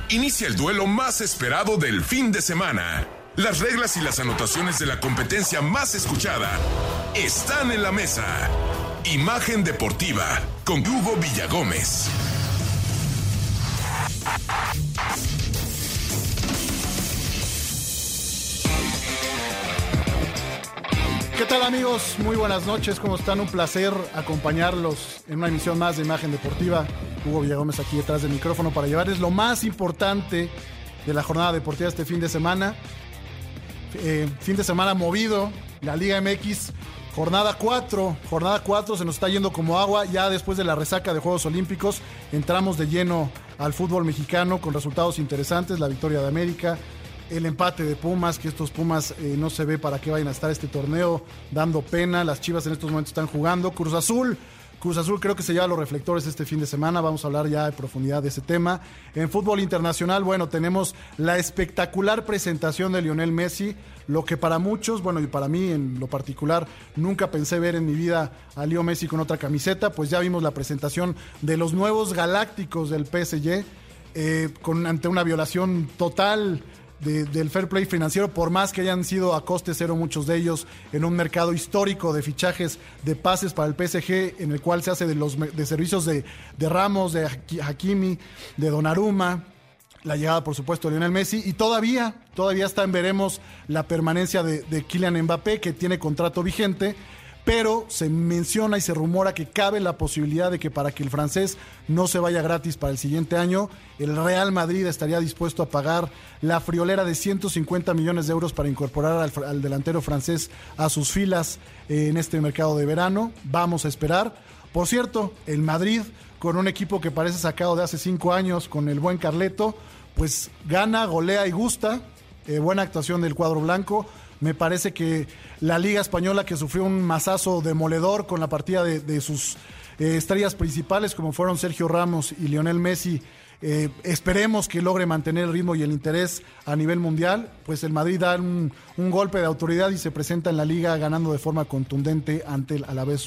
Inicia el duelo más esperado del fin de semana. Las reglas y las anotaciones de la competencia más escuchada están en la mesa. Imagen Deportiva con Hugo Villagómez. ¿Qué tal, amigos? Muy buenas noches, ¿cómo están? Un placer acompañarlos en una emisión más de Imagen Deportiva. Hugo Villagómez aquí detrás del micrófono para llevarles lo más importante de la jornada deportiva este fin de semana. Fin de semana movido, la Liga MX, jornada 4 se nos está yendo como agua. Ya después de la resaca de Juegos Olímpicos entramos de lleno al fútbol mexicano con resultados interesantes, la victoria de América, el empate de Pumas, que estos Pumas no se ve para qué vayan a estar este torneo, dando pena. Las Chivas en estos momentos están jugando. Cruz Azul creo que se lleva los reflectores este fin de semana. Vamos a hablar ya de profundidad de ese tema. En fútbol internacional, bueno, tenemos la espectacular presentación de Lionel Messi, lo que para muchos, bueno, y para mí en lo particular, nunca pensé ver en mi vida a Leo Messi con otra camiseta. Pues ya vimos la presentación de los nuevos galácticos del PSG, ante una violación total del fair play financiero, por más que hayan sido a coste cero muchos de ellos, en un mercado histórico de fichajes de pases para el PSG, en el cual se hace de servicios de Ramos, de Hakimi, de Donnarumma, la llegada por supuesto de Lionel Messi, y todavía está en veremos la permanencia de Kylian Mbappé, que tiene contrato vigente. Pero se menciona y se rumora que cabe la posibilidad de que para que el francés no se vaya gratis para el siguiente año, el Real Madrid estaría dispuesto a pagar la friolera de 150 millones de euros para incorporar al delantero francés a sus filas en este mercado de verano. Vamos a esperar. Por cierto, el Madrid, con un equipo que parece sacado de hace 5 años, con el buen Carleto, pues gana, golea y gusta. Buena actuación del cuadro blanco. Me parece que la Liga Española, que sufrió un mazazo demoledor con la partida de sus estrellas principales, como fueron Sergio Ramos y Lionel Messi, esperemos que logre mantener el ritmo y el interés a nivel mundial. Pues el Madrid da un golpe de autoridad y se presenta en la Liga ganando de forma contundente ante el Alavés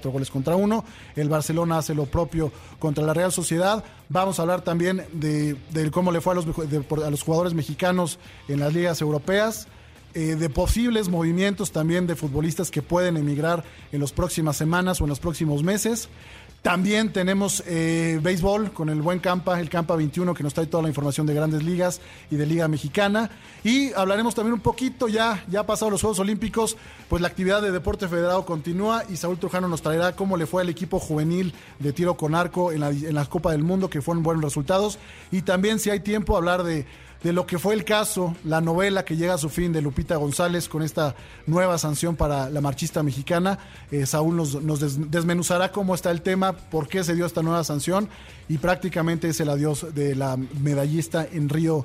4-1. El Barcelona hace lo propio contra la Real Sociedad. Vamos a hablar también de cómo le fue a los jugadores mexicanos en las ligas europeas. De posibles movimientos también de futbolistas que pueden emigrar en las próximas semanas o en los próximos meses. También tenemos béisbol con el buen Campa, el Campa 21, que nos trae toda la información de Grandes Ligas y de Liga Mexicana. Y hablaremos también un poquito, ya pasados los Juegos Olímpicos, pues la actividad de deporte federado continúa y Saúl Trujano nos traerá cómo le fue al equipo juvenil de tiro con arco en la Copa del Mundo, que fueron buenos resultados. Y también, si hay tiempo, hablar de lo que fue el caso, la novela que llega a su fin de Lupita González con esta nueva sanción para la marchista mexicana. Saúl nos desmenuzará cómo está el tema, por qué se dio esta nueva sanción y prácticamente es el adiós de la medallista en Río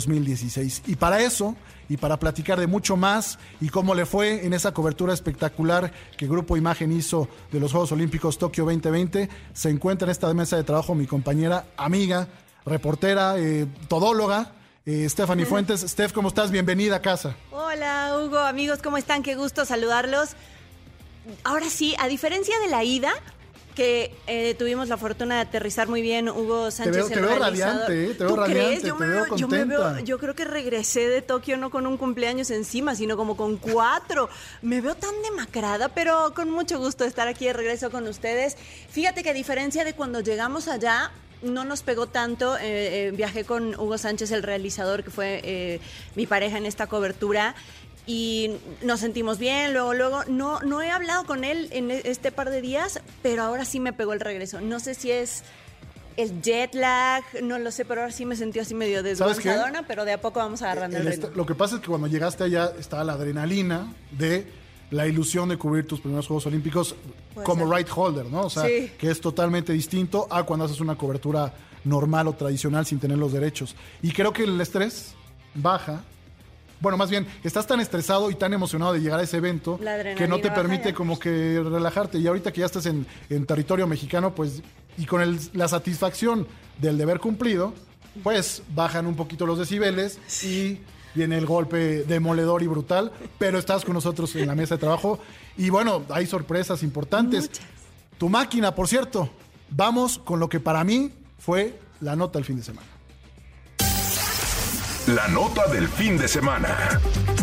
2016. Y para eso, y para platicar de mucho más y cómo le fue en esa cobertura espectacular que Grupo Imagen hizo de los Juegos Olímpicos Tokio 2020, se encuentra en esta mesa de trabajo mi compañera, amiga, reportera, todóloga, Stephanie Fuentes. Steph, ¿cómo estás? Bienvenida a casa. Hola, Hugo, amigos, ¿cómo están? Qué gusto saludarlos. Ahora sí, a diferencia de la ida, que tuvimos la fortuna de aterrizar muy bien, Hugo Sánchez, te veo radiante, te veo radiante, te veo contenta. Yo creo que regresé de Tokio no con un cumpleaños encima, sino como con 4. Me veo tan demacrada, pero con mucho gusto de estar aquí de regreso con ustedes. Fíjate que a diferencia de cuando llegamos allá, no nos pegó tanto. Viajé con Hugo Sánchez, el realizador, que fue mi pareja en esta cobertura, y nos sentimos bien. Luego no he hablado con él en este par de días, pero ahora sí me pegó el regreso. No sé si es el jet lag, no lo sé, pero ahora sí me sentí así medio desguanzadona, pero de a poco vamos agarrando el ritmo. Lo que pasa es que cuando llegaste allá estaba la adrenalina de la ilusión de cubrir tus primeros Juegos Olímpicos como right holder, ¿no? O sea, sí, que es totalmente distinto a cuando haces una cobertura normal o tradicional sin tener los derechos. Y creo que el estrés baja. Bueno, más bien, estás tan estresado y tan emocionado de llegar a ese evento que no te permite como que relajarte. Y ahorita que ya estás en territorio mexicano, pues, y con la satisfacción del deber cumplido, pues bajan un poquito los decibeles y viene el golpe demoledor y brutal, pero estás con nosotros en la mesa de trabajo. Y bueno, hay sorpresas importantes. Muchas. Tu máquina, por cierto. Vamos con lo que para mí fue la nota del fin de semana. La nota del fin de semana.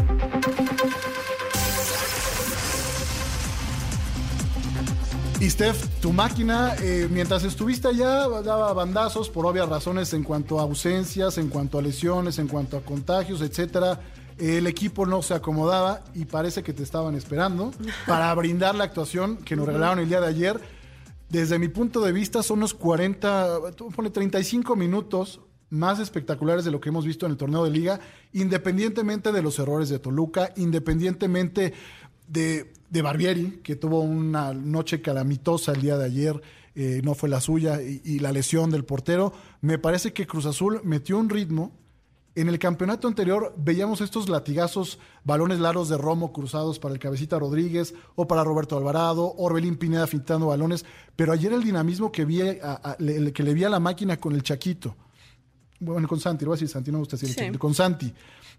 Y Steph, tu máquina, mientras estuviste allá, daba bandazos por obvias razones en cuanto a ausencias, en cuanto a lesiones, en cuanto a contagios, etcétera. El equipo no se acomodaba y parece que te estaban esperando para brindar la actuación que nos regalaron el día de ayer. Desde mi punto de vista, son unos 35 minutos más espectaculares de lo que hemos visto en el torneo de liga, independientemente de los errores de Toluca, independientemente de Barbieri, que tuvo una noche calamitosa el día de ayer, no fue la suya, y la lesión del portero. Me parece que Cruz Azul metió un ritmo. En el campeonato anterior veíamos estos latigazos, balones largos de Romo cruzados para el Cabecita Rodríguez o para Roberto Alvarado, Orbelín Pineda fintando balones, pero ayer el dinamismo que le vi a la máquina con el Chaquito, bueno, con Santi, lo voy a decir Santi, no me gusta decir el Chaquito, con Santi,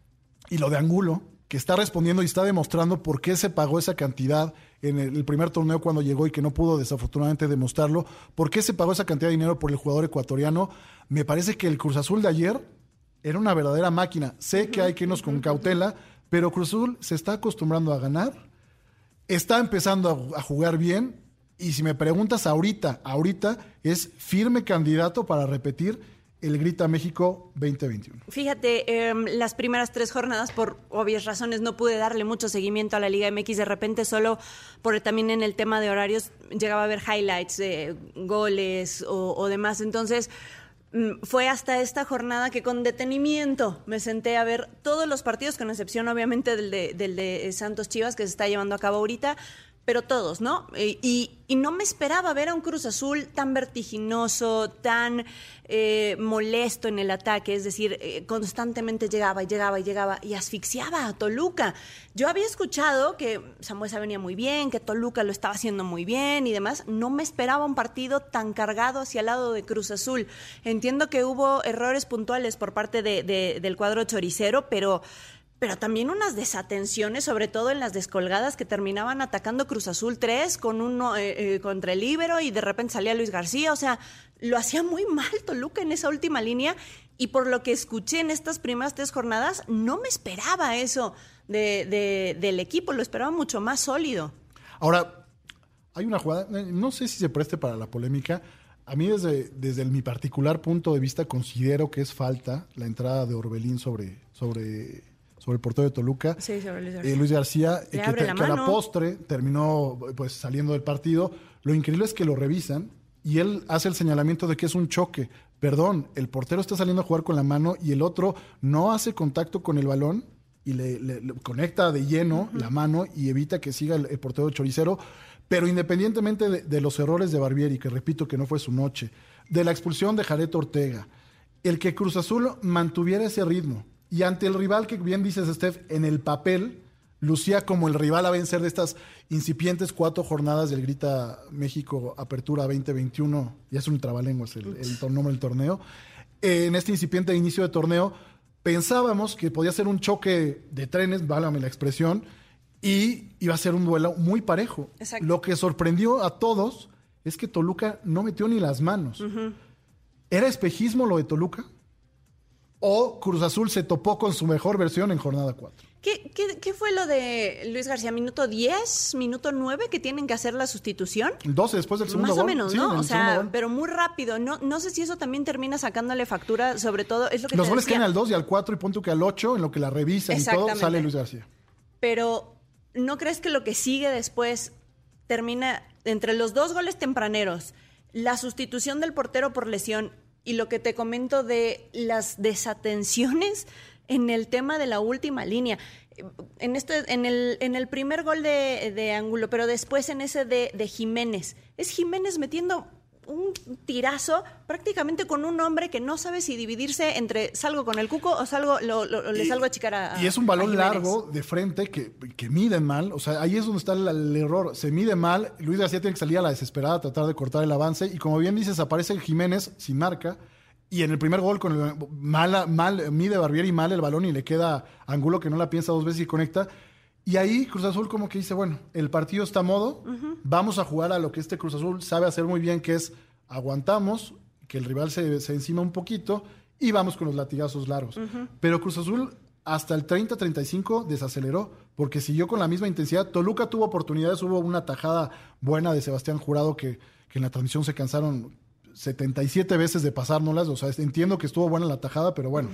y lo de Angulo, que está respondiendo y está demostrando por qué se pagó esa cantidad en el primer torneo cuando llegó y que no pudo desafortunadamente demostrarlo, por qué se pagó esa cantidad de dinero por el jugador ecuatoriano. Me parece que el Cruz Azul de ayer era una verdadera máquina. Sé que hay que irnos con cautela, pero Cruz Azul se está acostumbrando a ganar, está empezando a jugar bien, y si me preguntas ahorita es firme candidato para repetir el Grita México 2021. Fíjate, las primeras 3 jornadas, por obvias razones, no pude darle mucho seguimiento a la Liga MX. De repente, solo por también en el tema de horarios, llegaba a ver highlights de goles o demás. Entonces, fue hasta esta jornada que con detenimiento me senté a ver todos los partidos, con excepción obviamente del de Santos Chivas, que se está llevando a cabo ahorita, pero todos, ¿no? Y no me esperaba ver a un Cruz Azul tan vertiginoso, tan molesto en el ataque, es decir, constantemente llegaba y asfixiaba a Toluca. Yo había escuchado que Sambuesa venía muy bien, que Toluca lo estaba haciendo muy bien y demás. No me esperaba un partido tan cargado hacia el lado de Cruz Azul. Entiendo que hubo errores puntuales por parte del cuadro choricero, pero también unas desatenciones, sobre todo en las descolgadas, que terminaban atacando Cruz Azul 3 con uno contra el líbero, y de repente salía Luis García. O sea, lo hacía muy mal Toluca en esa última línea, y por lo que escuché en estas primeras 3 jornadas, no me esperaba eso del equipo, lo esperaba mucho más sólido. Ahora, hay una jugada, no sé si se preste para la polémica. A mí desde mi particular punto de vista considero que es falta la entrada de Orbelín sobre el portero de Toluca. Sí, sobre Luis García. Luis García, que a la postre terminó pues saliendo del partido. Lo increíble es que lo revisan y él hace el señalamiento de que es un choque. Perdón, el portero está saliendo a jugar con la mano y el otro no hace contacto con el balón y le conecta de lleno la mano y evita que siga el portero choricero. Pero independientemente de los errores de Barbieri, que repito que no fue su noche, de la expulsión de Jared Ortega, el que Cruz Azul mantuviera ese ritmo, y ante el rival que bien dices, Steph, en el papel lucía como el rival a vencer de estas incipientes 4 jornadas del Grita México Apertura 2021, ya es un trabalenguas el nombre del torneo. En este incipiente inicio de torneo pensábamos que podía ser un choque de trenes, válgame la expresión, y iba a ser un duelo muy parejo. Exacto. Lo que sorprendió a todos es que Toluca no metió ni las manos. Uh-huh. ¿Era espejismo lo de Toluca? ¿O Cruz Azul se topó con su mejor versión en jornada 4? ¿Qué fue lo de Luis García? ¿Minuto 10? ¿Minuto 9 que tienen que hacer la sustitución? 12 después del segundo gol. Más o menos, sí, ¿no? O sea, pero muy rápido. No sé si eso también termina sacándole factura, sobre todo es lo que los te goles decía. Caen al 2 y al 4 y punto que al 8, en lo que la revisan y todo, sale Luis García. Pero ¿no crees que lo que sigue después termina entre los 2 goles tempraneros, la sustitución del portero por lesión y lo que te comento de las desatenciones en el tema de la última línea? En el primer gol de Angulo, pero después en ese de Jiménez. Es Jiménez metiendo un tirazo prácticamente con un hombre que no sabe si dividirse entre salgo con el Cuco o le salgo a achicar a y es un balón largo de frente que miden mal. O sea, ahí es donde está el error. Se mide mal. Luis García tiene que salir a la desesperada a tratar de cortar el avance. Y como bien dices, aparece Jiménez sin marca. Y en el primer gol con el mal mide Barbieri mal el balón y le queda Angulo, que no la piensa 2 veces y conecta. Y ahí Cruz Azul como que dice, bueno, el partido está a modo, vamos a jugar a lo que este Cruz Azul sabe hacer muy bien, que es aguantamos, que el rival se encima un poquito y vamos con los latigazos largos. Pero Cruz Azul hasta el 30-35 desaceleró, porque siguió con la misma intensidad. Toluca tuvo oportunidades, hubo una tajada buena de Sebastián Jurado que en la transmisión se cansaron 77 veces de pasárnoslas. O sea, entiendo que estuvo buena la tajada, pero bueno,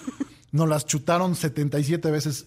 nos las chutaron 77 veces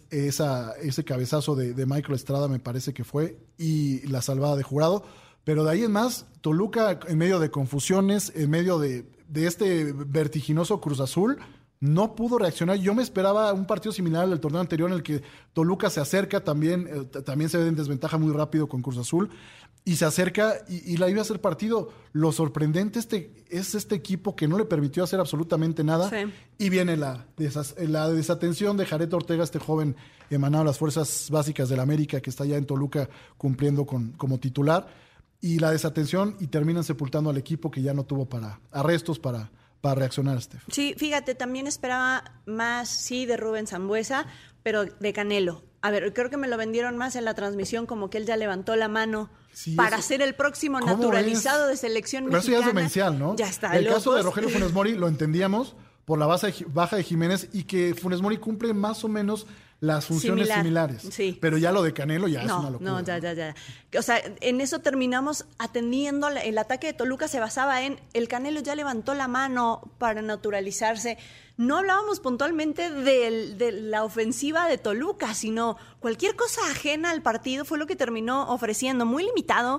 ese cabezazo de Michael Estrada, me parece que fue, y la salvada de Jurado. Pero de ahí en más, Toluca, en medio de confusiones, en medio de este vertiginoso Cruz Azul, no pudo reaccionar. Yo me esperaba un partido similar al del torneo anterior en el que Toluca se acerca también se ve en desventaja muy rápido con Cruz Azul, y se acerca y la iba a hacer partido. Lo sorprendente es este equipo que no le permitió hacer absolutamente nada. Sí. Y viene la desatención de Jared Ortega, este joven emanado de las fuerzas básicas del América, que está ya en Toluca cumpliendo como titular, y la desatención, y terminan sepultando al equipo que ya no tuvo arrestos para reaccionar, Steph. Sí, fíjate, también esperaba más, sí, de Rubén Sambueza, pero de Canelo. A ver, creo que me lo vendieron más en la transmisión, como que él ya levantó la mano para ser el próximo naturalizado de selección mexicana. Pero eso ya es demencial, ¿no? Ya está. El caso de Rogelio Funes Mori lo entendíamos por la baja de Jiménez, y que Funes Mori cumple más o menos las funciones similares. Sí. Pero ya lo de Canelo ya es una locura. No, ya. O sea, en eso terminamos atendiendo. El ataque de Toluca se basaba en el Canelo ya levantó la mano para naturalizarse. No hablábamos puntualmente de la ofensiva de Toluca, sino cualquier cosa ajena al partido fue lo que terminó ofreciendo. Muy limitado.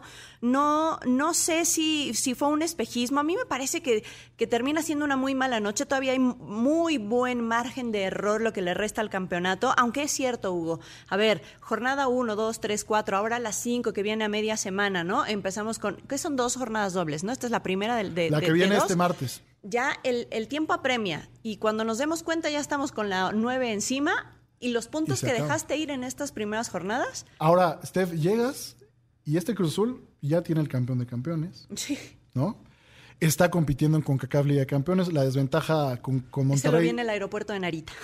No sé si fue un espejismo. A mí me parece que termina siendo una muy mala noche. Todavía hay muy buen margen de error, lo que le resta al campeonato. Aunque es cierto, Hugo. A ver, jornada 1, 2, 3, 4, ahora las 5 que viene a media semana, ¿no? Empezamos con, ¿qué son 2 jornadas dobles, no? Esta es la primera la que viene de este martes. Ya el tiempo apremia, y cuando nos demos cuenta ya estamos con la 9 encima, y los puntos que dejaste ir en estas primeras jornadas. Ahora, Steph, llegas y este Cruz Azul ya tiene el campeón de campeones. Sí. ¿No? Está compitiendo en CONCACAF Liga de Campeones. La desventaja con Monterrey. Se lo viene el aeropuerto de Narita.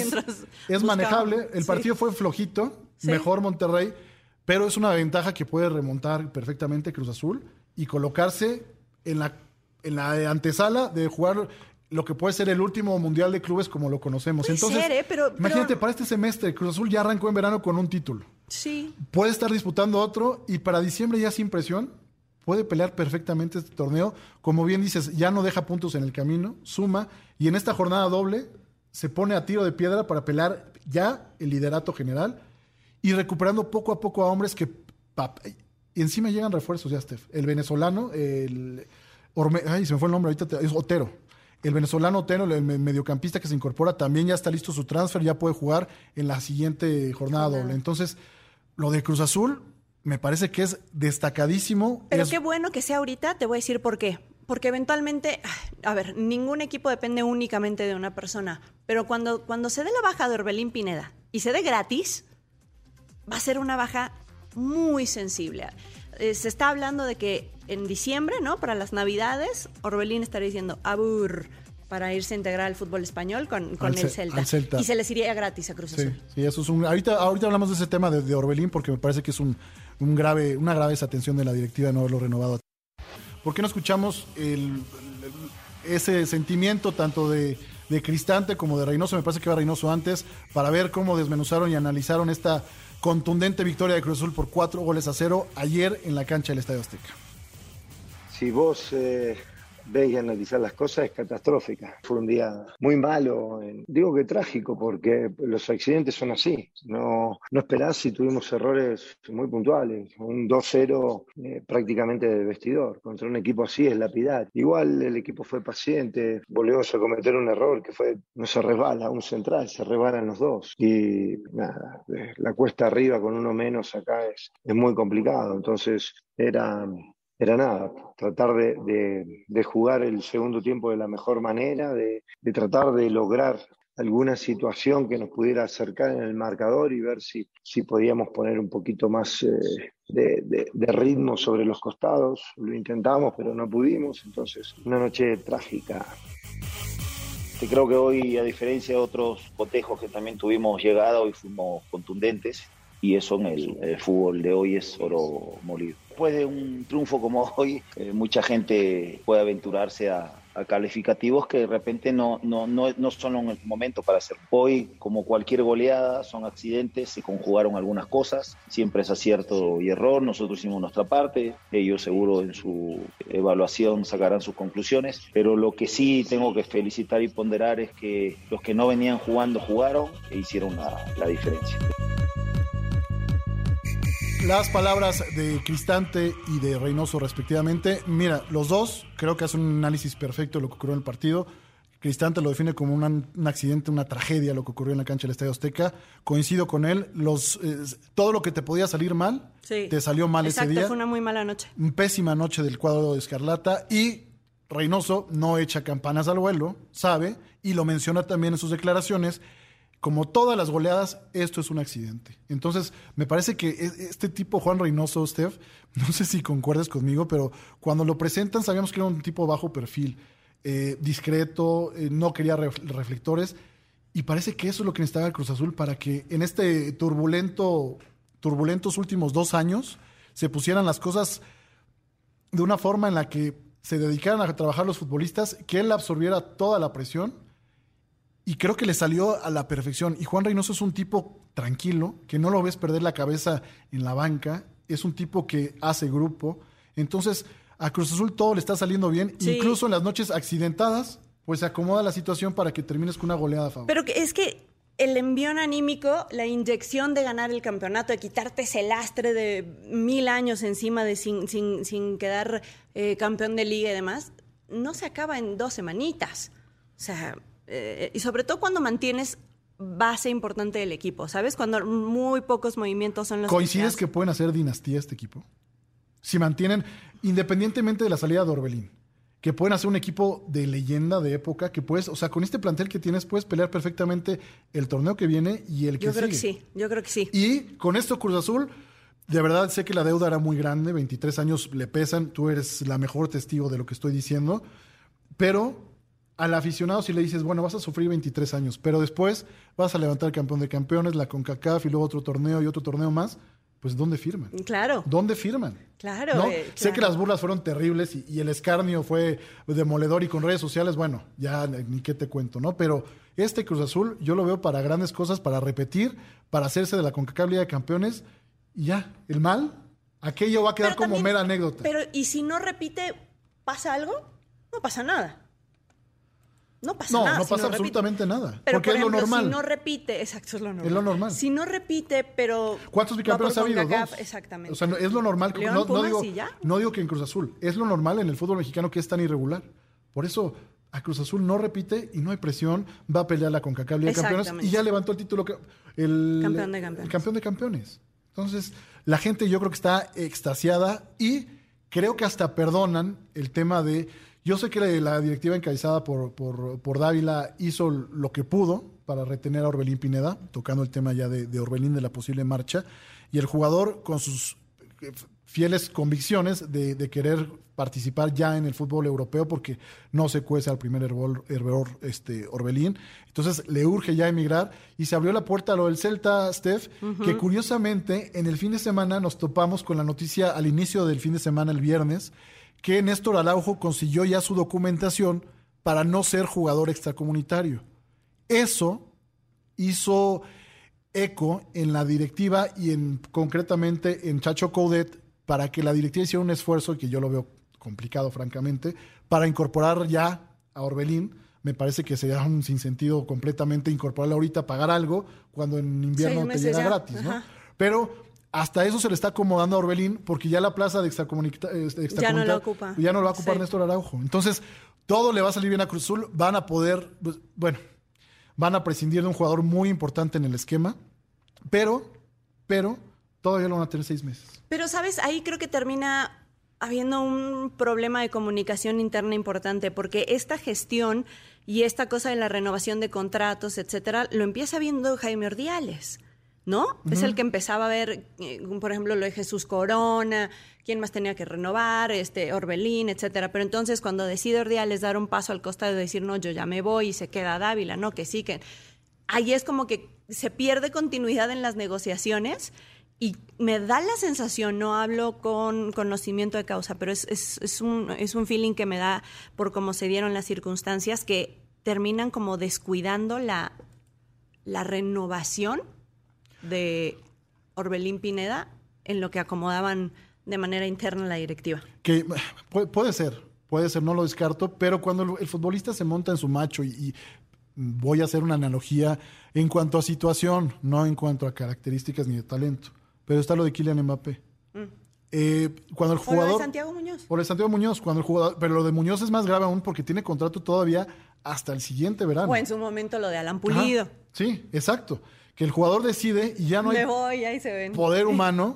Es manejable. El partido fue flojito, mejor Monterrey, pero es una ventaja que puede remontar perfectamente Cruz Azul y colocarse en la antesala de jugar lo que puede ser el último mundial de clubes como lo conocemos. Entonces, imagínate, para este semestre Cruz Azul ya arrancó en verano con un título. Sí. Puede estar disputando otro, y para diciembre ya sin presión puede pelear perfectamente este torneo. Como bien dices, ya no deja puntos en el camino, suma, y en esta jornada doble se pone a tiro de piedra para pelear ya el liderato general, y recuperando poco a poco a hombres que... Y encima llegan refuerzos ya, Steph. El venezolano, se me fue el nombre ahorita, es Otero. El venezolano Otero, el mediocampista que se incorpora, también ya está listo su transfer, ya puede jugar en la siguiente jornada doble. Entonces, lo de Cruz Azul me parece que es destacadísimo. Pero qué bueno que sea ahorita, te voy a decir por qué. Porque eventualmente, a ver, ningún equipo depende únicamente de una persona, pero cuando se dé la baja de Orbelín Pineda y se dé gratis, va a ser una baja muy sensible. Se está hablando de que en diciembre, ¿no? Para las Navidades, Orbelín estaría diciendo abur para irse a integrar al fútbol español con el Celta. Y se les iría gratis a Cruz Azul. Sí, eso es ahorita hablamos de ese tema de Orbelín, porque me parece que es una grave desatención de la directiva de no haberlo renovado. ¿Por qué no escuchamos ese sentimiento tanto de Cristante como de Reynoso? Me parece que va Reynoso antes, para ver cómo desmenuzaron y analizaron esta contundente victoria de Cruz Azul por 4-0 ayer en la cancha del Estadio Azteca. Si vos ves y analizar las cosas, es catastrófica. Fue un día muy malo, digo que trágico, porque los accidentes son así. No esperás si tuvimos errores muy puntuales. Un 2-0 prácticamente del vestidor. Contra un equipo así es lapidar. Igual el equipo fue paciente, volvimos a cometer un error que fue, no se resbala un central, se resbalan los dos. Y nada, la cuesta arriba con uno menos acá es muy complicado. Entonces era nada, tratar de jugar el segundo tiempo de la mejor manera, de tratar de lograr alguna situación que nos pudiera acercar en el marcador y ver si podíamos poner un poquito más de ritmo sobre los costados. Lo intentamos, pero no pudimos. Entonces, una noche trágica. Creo que hoy, a diferencia de otros cotejos que también tuvimos llegada, hoy fuimos contundentes, y eso en el fútbol de hoy es oro molido. Después de un triunfo como hoy, mucha gente puede aventurarse a a calificativos que de repente no son en el momento para hacer. Hoy, como cualquier goleada, son accidentes, se conjugaron algunas cosas, siempre es acierto y error, nosotros hicimos nuestra parte, ellos seguro en su evaluación sacarán sus conclusiones, pero lo que sí tengo que felicitar y ponderar es que los que no venían jugando, jugaron e hicieron la diferencia. Las palabras de Cristante y de Reynoso respectivamente. Mira, los dos creo que hacen un análisis perfecto de lo que ocurrió en el partido. Cristante lo define como un accidente, una tragedia lo que ocurrió en la cancha del Estadio Azteca. Coincido con él. Todo lo que te podía salir mal, sí, te salió mal ese día. Fue una muy mala noche. Pésima noche del cuadro de Escarlata. Y Reynoso no echa campanas al vuelo, sabe, y lo menciona también en sus declaraciones. Como todas las goleadas, esto es un accidente. Entonces, me parece que este tipo, Juan Reynoso, Steph, no sé si concuerdas conmigo, pero cuando lo presentan sabíamos que era un tipo bajo perfil, discreto, no quería reflectores, y parece que eso es lo que necesitaba el Cruz Azul para que en este turbulentos últimos 2 años se pusieran las cosas de una forma en la que se dedicaran a trabajar los futbolistas, que él absorbiera toda la presión. Y creo que le salió a la perfección. Y Juan Reynoso es un tipo tranquilo, que no lo ves perder la cabeza en la banca. Es un tipo que hace grupo. Entonces, a Cruz Azul todo le está saliendo bien. Sí. Incluso en las noches accidentadas, pues se acomoda la situación para que termines con una goleada a favor. Pero es que el envión anímico, la inyección de ganar el campeonato, de quitarte ese lastre de 1000 años encima de sin quedar campeón de liga y demás, no se acaba en 2 semanitas. O sea... y sobre todo cuando mantienes base importante del equipo, ¿sabes? Cuando muy pocos movimientos son los ¿Coincides que pueden hacer dinastía este equipo? Si mantienen, independientemente de la salida de Orbelín, que pueden hacer un equipo de leyenda, de época, que puedes, o sea, con este plantel que tienes puedes pelear perfectamente el torneo que viene y el que sigue. Yo creo que sí. Y con esto Cruz Azul, de verdad sé que la deuda era muy grande, 23 años le pesan, tú eres la mejor testigo de lo que estoy diciendo, pero... Al aficionado si le dices, bueno, vas a sufrir 23 años, pero después vas a levantar el campeón de campeones, la CONCACAF y luego otro torneo y otro torneo más, pues ¿dónde firman? Claro. ¿Dónde firman? Claro. ¿No? Claro. Sé que las burlas fueron terribles y el escarnio fue demoledor y con redes sociales, bueno, ya ni qué te cuento, ¿no? Pero este Cruz Azul yo lo veo para grandes cosas, para repetir, para hacerse de la CONCACAF Liga de Campeones y ya, el mal, aquello va a quedar como mera anécdota. Pero, ¿y si no repite, pasa algo? No pasa nada. No pasa nada. No pasa absolutamente nada. Pero, porque por ejemplo, es lo normal. Si no repite, exacto, es lo normal. Es lo normal. Si no repite, pero... ¿Cuántos bicampeones ha habido? 2. Exactamente. O sea, es lo normal. León, no digo que en Cruz Azul. Es lo normal en el fútbol mexicano que es tan irregular. Por eso, a Cruz Azul no repite y no hay presión. Va a pelear la CONCACAF Liga de Campeones y ya levantó el título. Campeón de campeones. El campeón de campeones. Entonces, la gente yo creo que está extasiada y creo que hasta perdonan el tema de... Yo sé que la directiva encabezada por Dávila hizo lo que pudo para retener a Orbelín Pineda, tocando el tema ya de Orbelín, de la posible marcha, y el jugador con sus fieles convicciones de querer participar ya en el fútbol europeo porque no se cuece al primer hervor Orbelín. Entonces le urge ya emigrar y se abrió la puerta a lo del Celta, Steph, que curiosamente en el fin de semana nos topamos con la noticia al inicio del fin de semana, el viernes, que Néstor Araujo consiguió ya su documentación para no ser jugador extracomunitario. Eso hizo eco en la directiva y concretamente en Chacho Coudet para que la directiva hiciera un esfuerzo, que yo lo veo complicado francamente, para incorporar ya a Orbelín. Me parece que sería un sinsentido completamente incorporarlo ahorita, pagar algo, cuando en invierno te llega gratis, ¿no? Pero... hasta eso se le está acomodando a Orbelín porque ya la plaza de extracomunitario ya no lo ocupa. Ya no lo va a ocupar Néstor Araujo. Entonces, todo le va a salir bien a Cruz Azul. Van a poder, van a prescindir de un jugador muy importante en el esquema, pero todavía lo van a tener 6 meses. Pero, ¿sabes? Ahí creo que termina habiendo un problema de comunicación interna importante porque esta gestión y esta cosa de la renovación de contratos, etcétera, lo empieza viendo Jaime Ordiales, ¿no? Uh-huh. Es el que empezaba a ver, por ejemplo, lo de Jesús Corona, quién más tenía que renovar, Orbelín, etcétera. Pero entonces, cuando decide Ordiales dar un paso al costado y decir, no, yo ya me voy y se queda Dávila, no, que sí, que... Ahí es como que se pierde continuidad en las negociaciones Y me da la sensación, no hablo con conocimiento de causa, pero es un feeling que me da por cómo se dieron las circunstancias, que terminan como descuidando la renovación de Orbelín Pineda en lo que acomodaban de manera interna la directiva. Que puede ser, no lo descarto, pero cuando el futbolista se monta en su macho y voy a hacer una analogía en cuanto a situación, no en cuanto a características ni de talento, pero está lo de Kylian Mbappé. Cuando el jugador, o lo de Santiago Muñoz. O lo de Santiago Muñoz, cuando el jugador, pero lo de Muñoz es más grave aún porque tiene contrato todavía hasta el siguiente verano. O en su momento lo de Alan Pulido. Ajá, sí, exacto. Que el jugador decide y ya no Me voy, ahí se ven. poder humano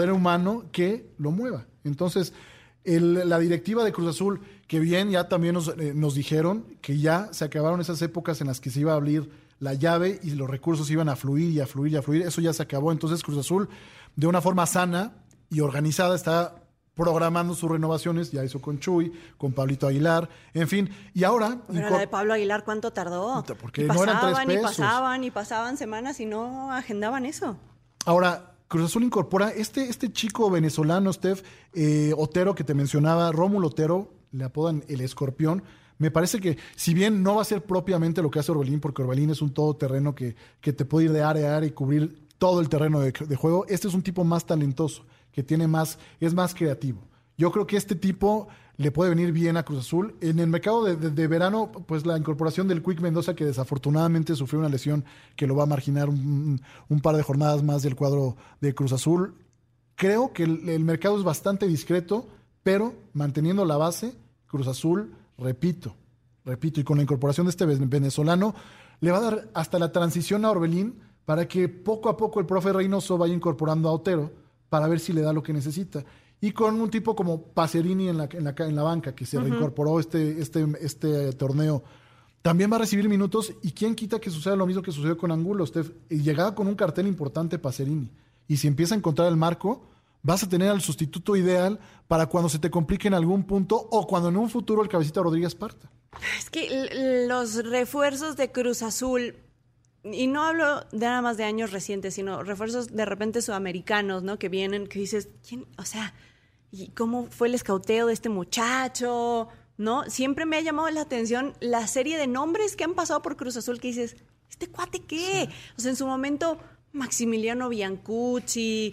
que lo mueva. Entonces, la directiva de Cruz Azul, que bien ya también nos dijeron que ya se acabaron esas épocas en las que se iba a abrir la llave y los recursos iban a fluir y a fluir y a fluir. Eso ya se acabó. Entonces, Cruz Azul, de una forma sana y organizada, está programando sus renovaciones. Ya hizo con Chuy, con Pablito Aguilar, en fin. Y ahora... Pero la de Pablo Aguilar, ¿cuánto tardó? Porque no eran 3 pesos. Y pasaban semanas y no agendaban eso. Ahora, Cruz Azul incorpora este chico venezolano, Steph, Otero, que te mencionaba, Rómulo Otero, le apodan el Escorpión. Me parece que, si bien no va a ser propiamente lo que hace Orbelín, porque Orbelín es un todoterreno que te puede ir de área a área y cubrir todo el terreno de juego, este es un tipo más talentoso, que es más creativo. Yo creo que este tipo le puede venir bien a Cruz Azul. En el mercado de verano, pues la incorporación del Quick Mendoza, que desafortunadamente sufrió una lesión que lo va a marginar un par de jornadas más del cuadro de Cruz Azul. Creo que el mercado es bastante discreto, pero manteniendo la base, Cruz Azul, repito, y con la incorporación de este venezolano, le va a dar hasta la transición a Orbelín para que poco a poco el profe Reynoso vaya incorporando a Otero para ver si le da lo que necesita. Y con un tipo como Pacerini en la banca, que se reincorporó este torneo, también va a recibir minutos. ¿Y quién quita que suceda lo mismo que sucedió con Angulo, Steph? Llegaba con un cartel importante Pacerini. Y si empieza a encontrar el marco, vas a tener al sustituto ideal para cuando se te complique en algún punto o cuando en un futuro el Cabecita Rodríguez parta. Es que los refuerzos de Cruz Azul... Y no hablo de nada más de años recientes, sino refuerzos de repente sudamericanos, ¿no? Que vienen, que dices, ¿quién? O sea, ¿y cómo fue el escauteo de este muchacho? ¿No? Siempre me ha llamado la atención la serie de nombres que han pasado por Cruz Azul que dices, ¿este cuate qué? Sí. O sea, en su momento, Maximiliano Biancucci,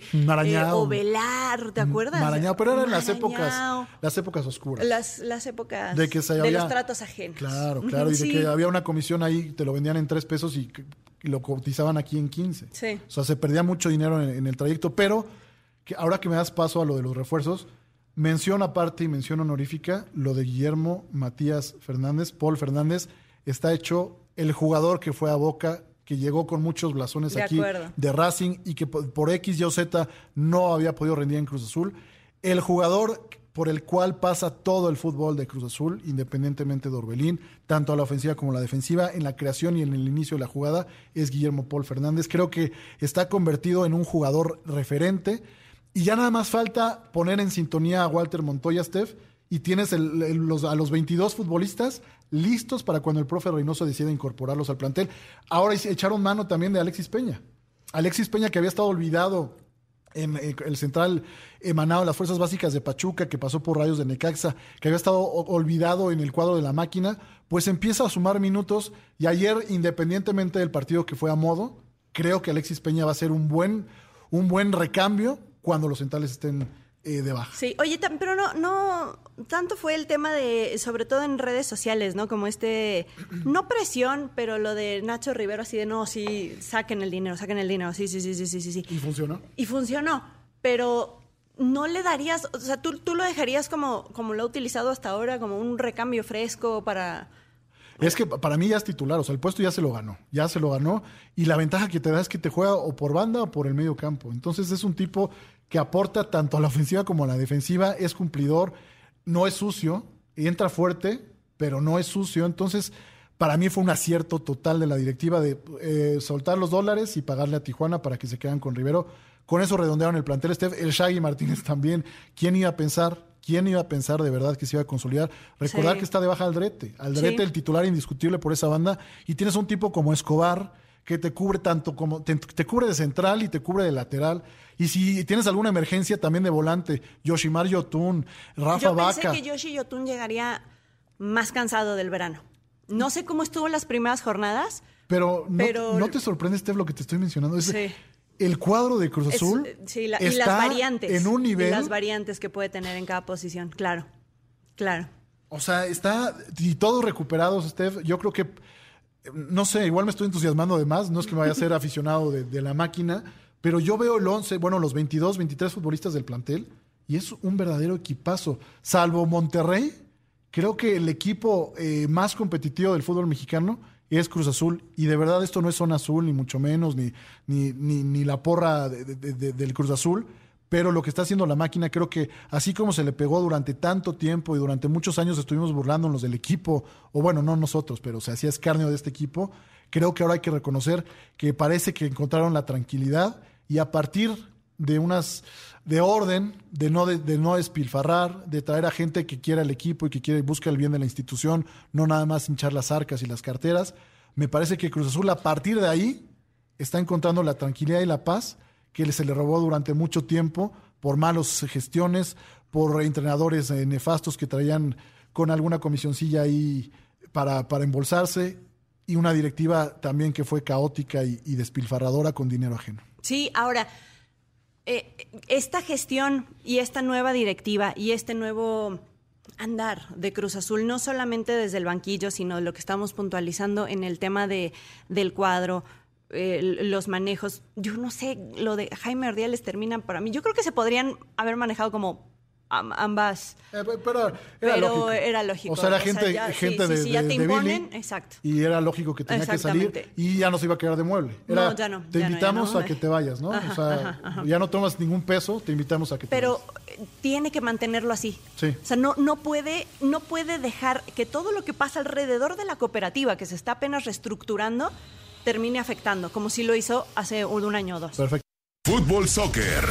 Ovelar, ¿te acuerdas? Marañao, pero eran las épocas oscuras. Las épocas de los tratos ajenos. Claro, y de que había una comisión ahí, te lo vendían en 3 pesos y lo cotizaban aquí en 15. Sí. O sea, se perdía mucho dinero en el trayecto, pero ahora que me das paso a lo de los refuerzos, mención aparte y mención honorífica, lo de Guillermo Matías Fernández, Paul Fernández, está hecho el jugador que fue a Boca, que llegó con muchos blasones de Racing y que por X, Y o Z no había podido rendir en Cruz Azul. El jugador por el cual pasa todo el fútbol de Cruz Azul, independientemente de Orbelín, tanto a la ofensiva como a la defensiva, en la creación y en el inicio de la jugada, es Guillermo Paul Fernández. Creo que está convertido en un jugador referente y ya nada más falta poner en sintonía a Walter Montoya, Steph, y tienes a los 22 futbolistas listos para cuando el profe Reynoso decida incorporarlos al plantel. Ahora echaron mano también de Alexis Peña. Alexis Peña, que había estado olvidado en el central emanado de las fuerzas básicas de Pachuca, que pasó por Rayos de Necaxa, que había estado olvidado en el cuadro de la máquina, pues empieza a sumar minutos. Y ayer, independientemente del partido que fue a modo, creo que Alexis Peña va a ser un buen recambio cuando los centrales estén de baja. Sí, oye, pero no tanto fue el tema de, sobre todo en redes sociales, ¿no? Como no presión, pero lo de Nacho Rivero así de, no, sí, saquen el dinero, sí. ¿Y funcionó? Pero no le darías, o sea, tú lo dejarías como lo ha utilizado hasta ahora, como un recambio fresco para... Es que para mí ya es titular, o sea, el puesto ya se lo ganó, y la ventaja que te da es que te juega o por banda o por el medio campo. Entonces es un tipo que aporta tanto a la ofensiva como a la defensiva, es cumplidor, no es sucio, entra fuerte, pero no es sucio. Entonces, para mí fue un acierto total de la directiva de soltar los dólares y pagarle a Tijuana para que se quedan con Rivero. Con eso redondearon el plantel, Steph. El Shaggy Martínez también. ¿Quién iba a pensar de verdad que se iba a consolidar? Recordar que está de baja Aldrete, sí. El titular indiscutible por esa banda, y tienes un tipo como Escobar, que te cubre tanto como te cubre de central y te cubre de lateral. Y si tienes alguna emergencia también de volante, Yoshimar Yotun, Rafa Vaca. Yo pensé que Yoshi Yotun llegaría más cansado del verano. No sé cómo estuvo en las primeras jornadas. Pero no te sorprende, Steph, lo que te estoy mencionando. Sí. El cuadro de Cruz Azul y las está variantes. en un nivel. Y las variantes que puede tener en cada posición, claro. O sea, está. Y todos recuperados, Steph. Yo creo que. No sé, igual me estoy entusiasmando de más. No es que me vaya a ser aficionado de la máquina. Pero yo veo el 11, bueno, los 22, 23 futbolistas del plantel. Y es un verdadero equipazo. Salvo Monterrey, creo que el equipo más competitivo del fútbol mexicano es Cruz Azul, y de verdad esto no es zona azul, ni mucho menos, ni la porra del Cruz Azul, pero lo que está haciendo la máquina, creo que así como se le pegó durante tanto tiempo y durante muchos años estuvimos burlándonos del equipo, o bueno, no nosotros, pero se hacía escarnio de este equipo, creo que ahora hay que reconocer que parece que encontraron la tranquilidad, y a partir de orden, de no despilfarrar, de traer a gente que quiera el equipo y que busca el bien de la institución, no nada más hinchar las arcas y las carteras. Me parece que Cruz Azul a partir de ahí está encontrando la tranquilidad y la paz que se le robó durante mucho tiempo por malas gestiones, por entrenadores nefastos que traían con alguna comisioncilla ahí para embolsarse, y una directiva también que fue caótica y despilfarradora con dinero ajeno. Sí, ahora, esta gestión y esta nueva directiva y este nuevo andar de Cruz Azul, no solamente desde el banquillo, sino lo que estamos puntualizando en el tema del cuadro, los manejos. Yo no sé, lo de Jaime Ordiales termina para mí. Yo creo que se podrían haber manejado como ambas. Pero era lógico. O sea, era gente ya te imponen, Billy, exacto. Y era lógico que tenía que salir y ya no se iba a quedar de mueble. No, ya no. Te invitamos a que te vayas, ¿no? Ajá, o sea, ya no tomas ningún peso, te invitamos a que te vayas. Pero tiene que mantenerlo así. Sí. O sea, no puede dejar que todo lo que pasa alrededor de la cooperativa, que se está apenas reestructurando, termine afectando, como si lo hizo hace un año o dos. Perfecto. Fútbol Soccer.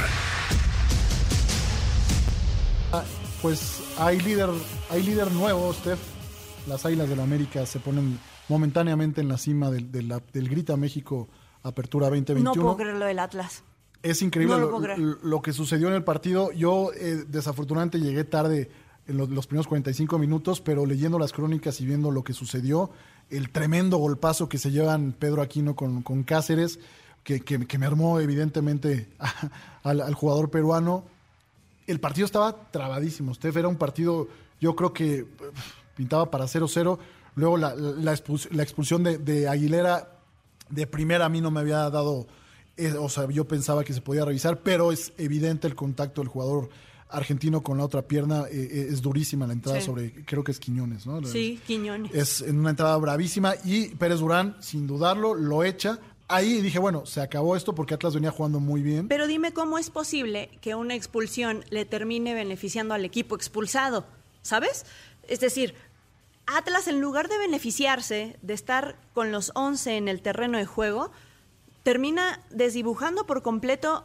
Pues hay líder nuevo, Steph. Las Águilas del América se ponen momentáneamente en la cima del Grita México Apertura 2021. No puedo creer lo del Atlas. Es increíble No lo que sucedió en el partido. Yo desafortunadamente llegué tarde en los primeros 45 minutos, pero leyendo las crónicas y viendo lo que sucedió, el tremendo golpazo que se llevan Pedro Aquino con Cáceres, que mermó evidentemente al jugador peruano. El partido estaba trabadísimo, Steph. Era un partido, yo creo que pintaba para 0-0. Luego la expulsión de Aguilera de primera a mí no me había dado, o sea, yo pensaba que se podía revisar, pero es evidente el contacto del jugador argentino con la otra pierna. Es durísima la entrada sobre, creo que es Quiñones, ¿no? Sí, Quiñones. Es en una entrada bravísima, y Pérez Durán, sin dudarlo, lo echa. Ahí dije, bueno, se acabó esto porque Atlas venía jugando muy bien. Pero dime cómo es posible que una expulsión le termine beneficiando al equipo expulsado, ¿sabes? Es decir, Atlas, en lugar de beneficiarse de estar con los 11 en el terreno de juego, termina desdibujando por completo.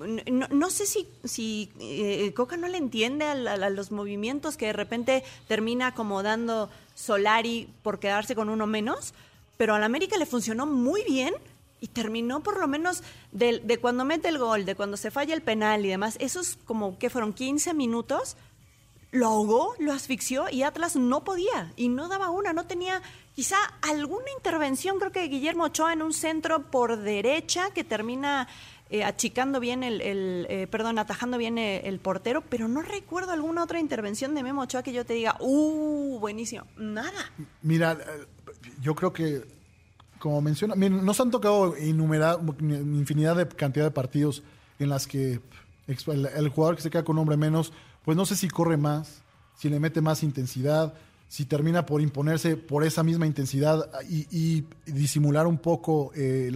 No sé si Coca no le entiende a los movimientos que de repente termina acomodando Solari por quedarse con uno menos, pero al América le funcionó muy bien. Y terminó por lo menos de cuando mete el gol, de cuando se falla el penal y demás, esos como que fueron 15 minutos, lo ahogó, lo asfixió, y Atlas no podía y no daba una, no tenía quizá alguna intervención, creo que Guillermo Ochoa en un centro por derecha que termina achicando bien atajando bien el portero, pero no recuerdo alguna otra intervención de Memo Ochoa que yo te diga, buenísimo, nada. Mira, yo creo que, como menciona, nos han tocado infinidad de cantidad de partidos en las que el jugador que se queda con un hombre menos, pues no sé si corre más, si le mete más intensidad, si termina por imponerse por esa misma intensidad y disimular un poco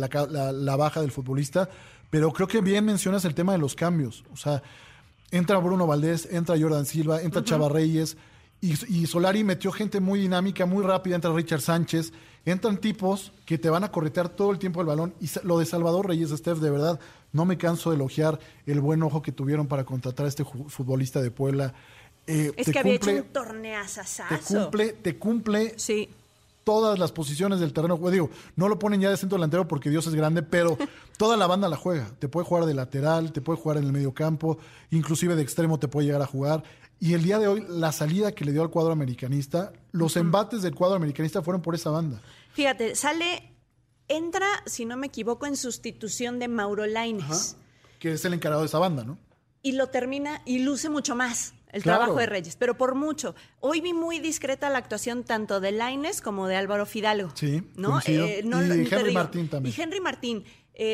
la baja del futbolista. Pero creo que bien mencionas el tema de los cambios. O sea, entra Bruno Valdés, entra Jordan Silva, entra Chava Reyes, y Solari metió gente muy dinámica, muy rápida. Entra Richard Sánchez, entran tipos que te van a corretear todo el tiempo el balón. Y lo de Salvador Reyes, Steph, de verdad, no me canso de elogiar el buen ojo que tuvieron para contratar a este futbolista de Puebla. Es que había hecho un torneazazazo. Te cumple sí. todas las posiciones del terreno. Digo, no lo ponen ya de centro delantero porque Dios es grande, pero toda la banda la juega. Te puede jugar de lateral, te puede jugar en el medio campo, inclusive de extremo te puede llegar a jugar. Y el día de hoy, la salida que le dio al cuadro americanista, los embates del cuadro americanista fueron por esa banda. Fíjate, entra, si no me equivoco, en sustitución de Mauro Lainez. Que es el encargado de esa banda, ¿no? Y lo termina y luce mucho más el trabajo de Reyes, pero por mucho. Hoy vi muy discreta la actuación tanto de Lainez como de Álvaro Fidalgo. Sí, ¿no? y Henry Martín también. Y Henry Martín.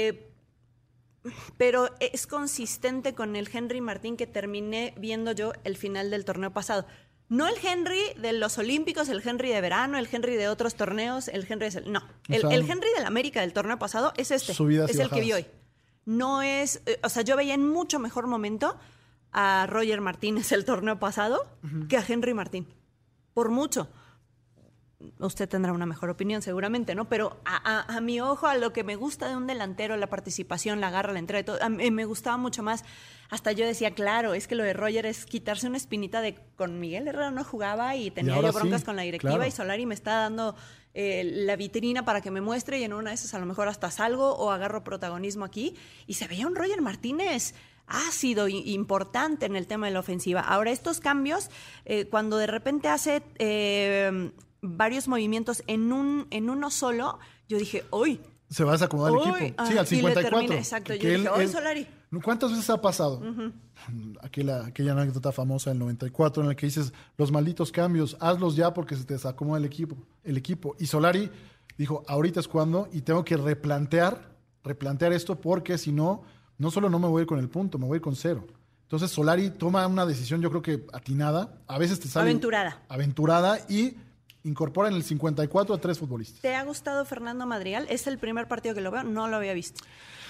Pero es consistente con el Henry Martín que terminé viendo yo el final del torneo pasado. No el Henry de los Olímpicos, el Henry de verano, el Henry de otros torneos, el Henry de... No, el Henry del América del torneo pasado es este. Subidas es y el bajadas. que vi hoy. No es... o sea, yo veía en mucho mejor momento a Roger Martínez el torneo pasado que a Henry Martín. Por mucho. Usted tendrá una mejor opinión seguramente, ¿no? Pero a mi ojo, a lo que me gusta de un delantero, la participación, la garra, la entrega y todo, a mí me gustaba mucho más. Hasta yo decía, claro, es que lo de Roger es quitarse una espinita de con Miguel Herrera no jugaba y tenía yo broncas con la directiva, claro. Y Solari me está dando la vitrina para que me muestre y en una de esas a lo mejor hasta salgo o agarro protagonismo aquí. Y se veía un Roger Martínez ácido, importante en el tema de la ofensiva. Ahora, estos cambios, cuando de repente hace... varios movimientos en uno solo, yo dije, ¡uy! Se va a desacomodar el equipo. Sí, al 54. Exacto, yo dije, ¡hoy Solari! ¿Cuántas veces ha pasado? Aquella anécdota famosa del 94 en la que dices, los malditos cambios, hazlos ya porque se te desacomoda el equipo. Y Solari dijo, ahorita es cuando, y tengo que replantear esto porque si no solo no me voy a ir con el punto, me voy a ir con 0. Entonces Solari toma una decisión, yo creo que atinada, a veces te sale... Aventurada y... incorpora en el 54 a 3 futbolistas. ¿Te ha gustado Fernando Madrigal? Es el primer partido que lo veo, no lo había visto.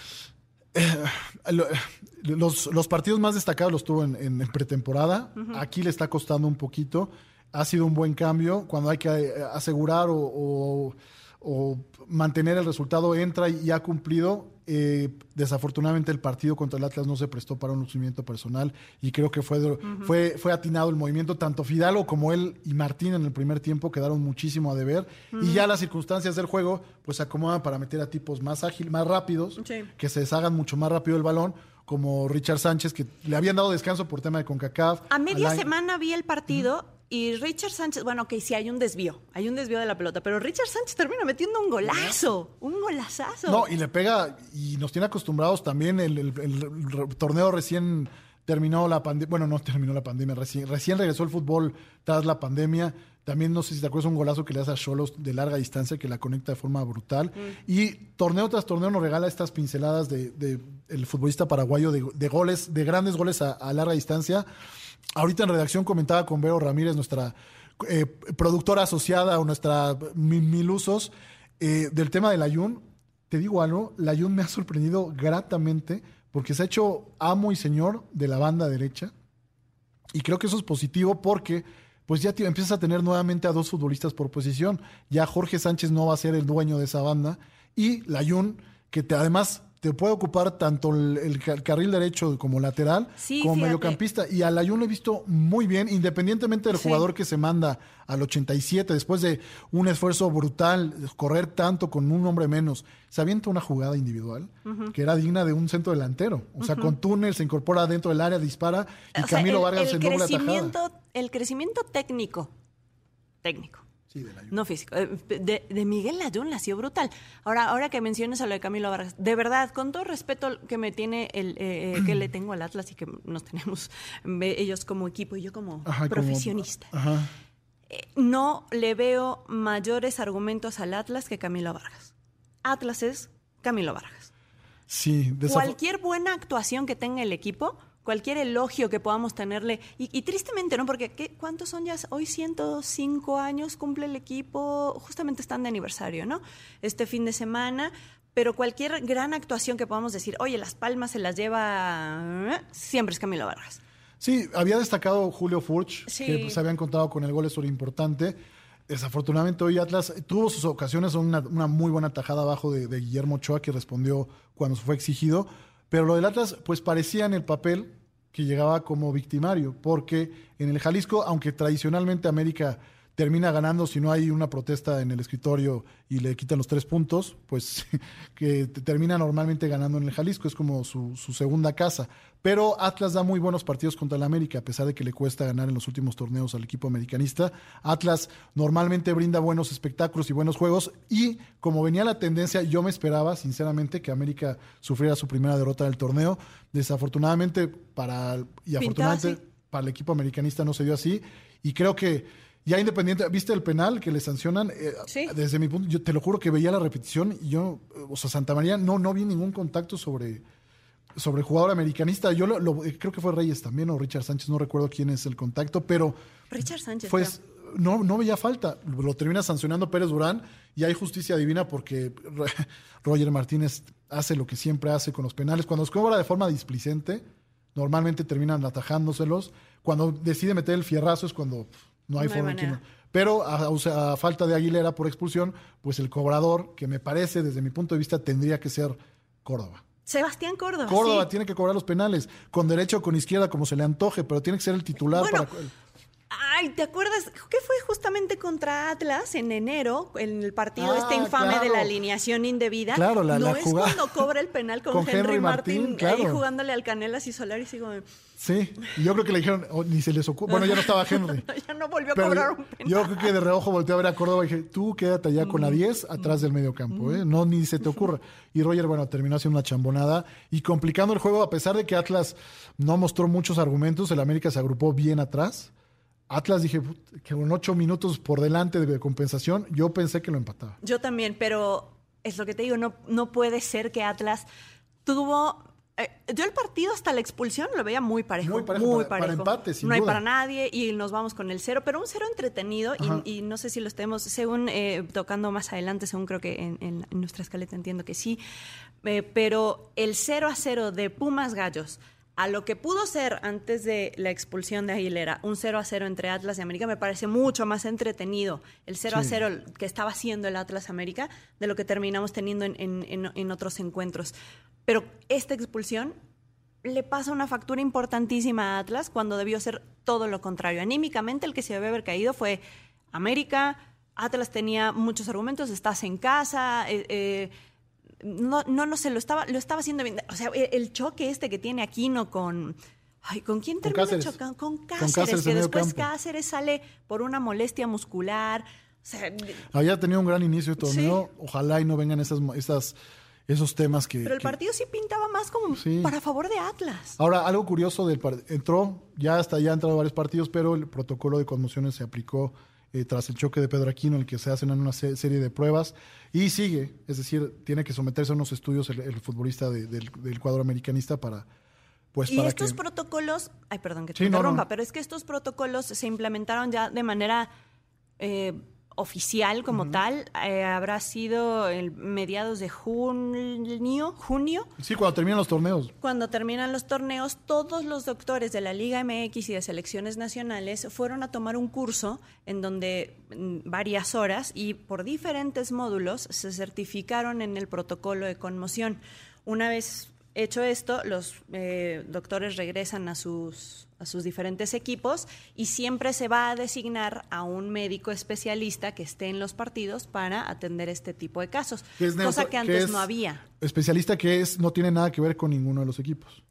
Los partidos más destacados los tuvo en pretemporada. Aquí le está costando un poquito. Ha sido un buen cambio. Cuando hay que asegurar o mantener el resultado, entra y ha cumplido. Desafortunadamente el partido contra el Atlas no se prestó para un lucimiento personal y creo que fue atinado el movimiento. Tanto Fidalgo como él y Martín en el primer tiempo quedaron muchísimo a deber y ya las circunstancias del juego pues se acomodan para meter a tipos más ágiles, más rápidos, que se deshagan mucho más rápido el balón, como Richard Sánchez, que le habían dado descanso por tema de CONCACAF. A media semana vi el partido y Richard Sánchez, bueno, que sí hay un desvío de la pelota, pero Richard Sánchez termina metiendo un golazo, un golazazo. No, y le pega, y nos tiene acostumbrados también el torneo recién terminó la pandemia, bueno, no terminó la pandemia, recién regresó el fútbol tras la pandemia. También no sé si te acuerdas un golazo que le hace a Xolos de larga distancia que la conecta de forma brutal. Y torneo tras torneo nos regala estas pinceladas de el futbolista paraguayo de goles, de grandes goles a larga distancia. Ahorita en redacción comentaba con Vero Ramírez, nuestra productora asociada o nuestra Milusos, del tema de Layún. Te digo algo, Layún me ha sorprendido gratamente porque se ha hecho amo y señor de la banda derecha. Y creo que eso es positivo porque pues ya empiezas a tener nuevamente a 2 futbolistas por posición. Ya Jorge Sánchez no va a ser el dueño de esa banda. Y Layún, que además te puede ocupar tanto el carril derecho como lateral, como mediocampista. Y a Layún lo he visto muy bien, independientemente del jugador que se manda al 87, después de un esfuerzo brutal, correr tanto con un hombre menos. Se avienta una jugada individual que era digna de un centro delantero. O sea, con túnel, se incorpora dentro del área, dispara, y Camilo Vargas en doble atajada. El crecimiento técnico. Sí, de Layún. No físico. De Miguel Layún la ha sido brutal. Ahora que menciones a lo de Camilo Vargas, de verdad, con todo respeto que me tiene que le tengo al Atlas y que nos tenemos ellos como equipo y yo como profesionista. No le veo mayores argumentos al Atlas que Camilo Vargas. Atlas es Camilo Vargas. Sí, cualquier buena actuación que tenga el equipo, cualquier elogio que podamos tenerle, y tristemente, ¿no? Porque ¿cuántos son ya? Hoy 105 años cumple el equipo, justamente están de aniversario, ¿no? Este fin de semana, pero cualquier gran actuación que podamos decir, oye, las palmas se las lleva, siempre es Camilo Vargas. Sí, había destacado Julio Furch, que pues, había encontrado con el gol, eso era importante. Desafortunadamente hoy Atlas tuvo sus ocasiones, una muy buena tajada abajo de Guillermo Ochoa, que respondió cuando se fue exigido, pero lo del Atlas pues parecía en el papel que llegaba como victimario, porque en el Jalisco, aunque tradicionalmente América termina ganando, si no hay una protesta en el escritorio y le quitan los 3 puntos, pues que termina normalmente ganando en el Jalisco, es como su segunda casa. Pero Atlas da muy buenos partidos contra el América, a pesar de que le cuesta ganar en los últimos torneos al equipo americanista. Atlas normalmente brinda buenos espectáculos y buenos juegos, y como venía la tendencia, yo me esperaba, sinceramente, que América sufriera su primera derrota del torneo. Desafortunadamente afortunadamente para el equipo americanista no se dio así, y creo que ya Independiente, ¿viste el penal que le sancionan? Sí. Desde mi punto, yo te lo juro que veía la repetición y yo, Santa María no vi ningún contacto sobre el jugador americanista. Yo creo que fue Reyes también o Richard Sánchez, no recuerdo quién es el contacto, pero Richard Sánchez. pues no veía falta. Lo termina sancionando Pérez Durán y hay justicia divina porque Roger Martínez hace lo que siempre hace con los penales. Cuando los cobra de forma displicente, normalmente terminan atajándoselos. Cuando decide meter el fierrazo es cuando no hay forma. Pero a falta de Aguilera por expulsión, pues el cobrador, que me parece desde mi punto de vista tendría que ser Córdoba. Sebastián Córdoba. Córdoba sí. tiene que cobrar los penales, con derecha o con izquierda, como se le antoje, pero tiene que ser el titular. Bueno, ay, ¿te acuerdas? ¿Qué fue justamente contra Atlas en enero, en el partido infame claro. de la alineación indebida? Claro, la es jugada. cuando cobra el penal con Henry Martín claro. ahí jugándole al Canelas y Solaris y como... Sí, y yo creo que le dijeron, ni se les ocurre. Bueno, ya no estaba Henry. Ya no volvió a cobrar un penal. Yo creo que de reojo volteé a ver a Córdoba y dije, tú quédate allá con la 10 atrás del medio campo, no, ni se te ocurra. Y Roger, terminó haciendo una chambonada y complicando el juego, a pesar de que Atlas no mostró muchos argumentos, el América se agrupó bien atrás. Atlas, dije, que con 8 minutos por delante de compensación, yo pensé que lo empataba. Yo también, pero es lo que te digo, no puede ser que Atlas tuvo... yo el partido hasta la expulsión lo veía muy parejo. Muy parejo. Para empate, sin duda. No hay para nadie y nos vamos con el 0, pero un 0 entretenido y no sé si lo estemos, según tocando más adelante, según creo que en nuestra escaleta entiendo que sí, pero el 0-0 de Pumas Gallos a lo que pudo ser antes de la expulsión de Aguilera, un 0-0 entre Atlas y América, me parece mucho más entretenido el 0-0 que estaba haciendo el Atlas América de lo que terminamos teniendo en otros encuentros. Pero esta expulsión le pasa una factura importantísima a Atlas cuando debió ser todo lo contrario. Anímicamente el que se debe haber caído fue América. Atlas tenía muchos argumentos, estás en casa... No sé, lo estaba haciendo bien. O sea, el choque que tiene Aquino con... Ay, ¿con quién termina chocando? Con Cáceres, que después Cáceres sale por una molestia muscular. O sea, había tenido un gran inicio de torneo. Sí. Ojalá y no vengan esos temas que... Pero el partido sí pintaba más como para favor de Atlas. Ahora, algo curioso del entró, ya ha entrado varios partidos, pero el protocolo de conmociones se aplicó tras el choque de Pedro Aquino, en el que se hacen una serie de pruebas y sigue, es decir, tiene que someterse a unos estudios el futbolista del cuadro americanista para... Pues, y para estos protocolos, perdón que te interrumpa, pero es que estos protocolos se implementaron ya de manera oficial como tal, habrá sido en mediados de junio. Sí, cuando terminan los torneos. Cuando terminan los torneos, todos los doctores de la Liga MX y de selecciones nacionales fueron a tomar un curso en donde varias horas y por diferentes módulos se certificaron en el protocolo de conmoción. Una vez hecho esto, los doctores regresan a sus diferentes equipos y siempre se va a designar a un médico especialista que esté en los partidos para atender este tipo de casos, cosa que antes no había. Especialista que no tiene nada que ver con ninguno de los equipos.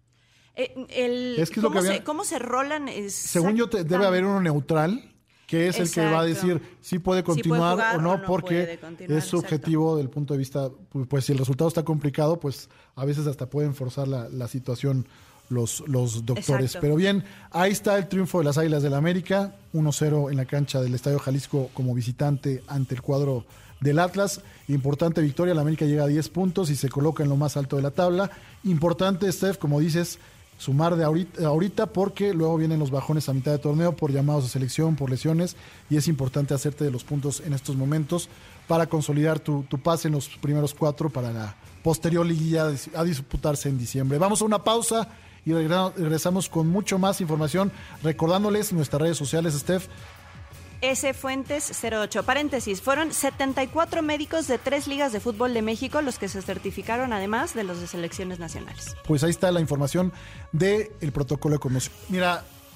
¿Cómo se rolan? Según yo, debe haber uno neutral, que es el que va a decir si puede continuar o no, porque es subjetivo del punto de vista, pues si el resultado está complicado, pues a veces hasta pueden forzar la situación los doctores. Exacto. Pero bien, ahí está el triunfo de las Águilas del la América, 1-0 en la cancha del Estadio Jalisco como visitante ante el cuadro del Atlas. Importante victoria, la América llega a 10 puntos y se coloca en lo más alto de la tabla. Importante, Steph, como dices, sumar de ahorita porque luego vienen los bajones a mitad de torneo por llamados de selección, por lesiones, y es importante hacerte de los puntos en estos momentos para consolidar tu pase en los primeros 4 para la posterior liguilla a disputarse en diciembre. Vamos a una pausa y regresamos con mucho más información, recordándoles nuestras redes sociales, Steph. S. Fuentes 08. Paréntesis, fueron 74 médicos de 3 ligas de fútbol de México los que se certificaron, además de los de selecciones nacionales. Pues ahí está la información del protocolo de conmoción. Mira,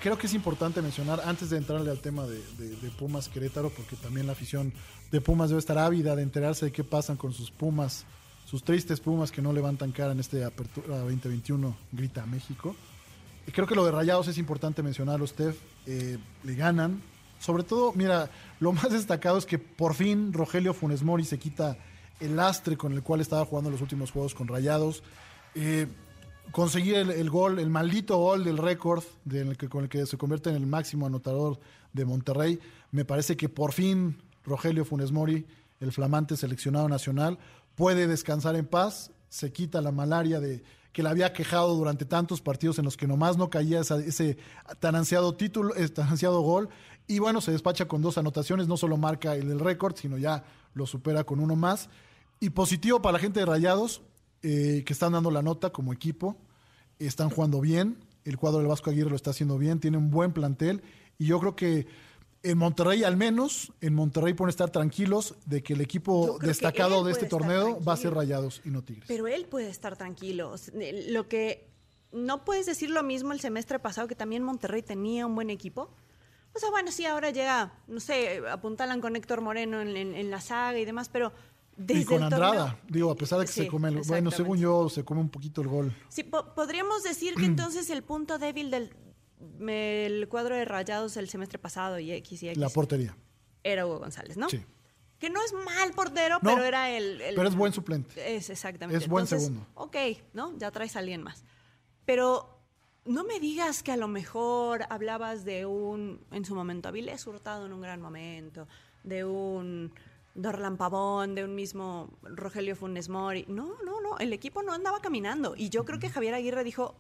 creo que es importante mencionar, antes de entrarle al tema de Pumas Querétaro, porque también la afición de Pumas debe estar ávida de enterarse de qué pasan con sus Pumas, sus tristes Pumas que no levantan cara en este Apertura 2021, grita México. Y creo que lo de Rayados es importante mencionarlo, Steph. Le ganan. Sobre todo, mira, lo más destacado es que por fin Rogelio Funes Mori se quita el lastre con el cual estaba jugando los últimos juegos con Rayados. Conseguir el gol, el maldito gol del récord con el que se convierte en el máximo anotador de Monterrey. Me parece que por fin Rogelio Funes Mori, el flamante seleccionado nacional, puede descansar en paz, se quita la malaria que le había quejado durante tantos partidos en los que nomás no caía ese tan ansiado título, tan ansiado gol, y bueno, se despacha con 2 anotaciones, no solo marca el del récord, sino ya lo supera con uno más. Y positivo para la gente de Rayados, que están dando la nota como equipo, están jugando bien, el cuadro del Vasco Aguirre lo está haciendo bien, tiene un buen plantel, y yo creo que en Monterrey, al menos, en Monterrey pueden estar tranquilos de que el equipo destacado de este torneo va a ser Rayados y no Tigres. Pero él puede estar tranquilo. Lo que no puedes decir lo mismo el semestre pasado, que también Monterrey tenía un buen equipo. O sea, bueno, sí, ahora llega, no sé, apuntalan con Héctor Moreno en la saga y demás, pero desde y con el Andrada, torneo, a pesar de que se come bueno, según yo, se come un poquito el gol. Sí, podríamos decir que entonces el punto débil del cuadro de Rayados el semestre pasado y X, la portería, era Hugo González, ¿no? Sí. Que no es mal portero, no, pero era pero es buen suplente. Es exactamente. Es buen segundo. Ok, ¿no? Ya traes a alguien más. Pero no me digas que a lo mejor hablabas de en su momento, Avilés Hurtado en un gran momento, de un Dorlan Pavón, de un mismo Rogelio Funes Mori. No, el equipo no andaba caminando. Y yo creo que Javier Aguirre dijo,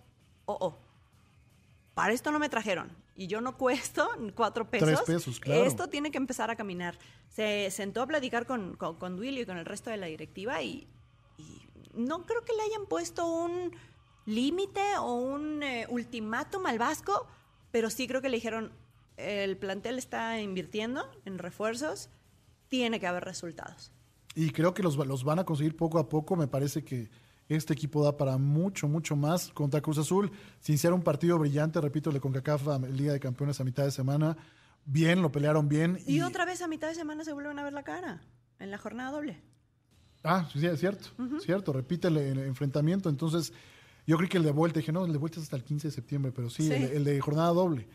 para esto no me trajeron. Y yo no cuesto 4 pesos. 3 pesos, claro. Esto tiene que empezar a caminar. Se sentó a platicar con Duilio y con el resto de la directiva y no creo que le hayan puesto un límite o un ultimátum al Vasco, pero sí creo que le dijeron, el plantel está invirtiendo en refuerzos, tiene que haber resultados. Y creo que los van a conseguir poco a poco. Me parece que este equipo da para mucho, mucho más. Contra Cruz Azul, sin ser un partido brillante, repito, el de CONCACAF, Liga de Campeones a mitad de semana, bien, lo pelearon bien. Y otra vez a mitad de semana se vuelven a ver la cara, en la jornada doble. Sí, es cierto, cierto, repite el enfrentamiento. Entonces, yo creí que el de vuelta, dije, no, el de vuelta es hasta el 15 de septiembre, pero sí. El de jornada doble.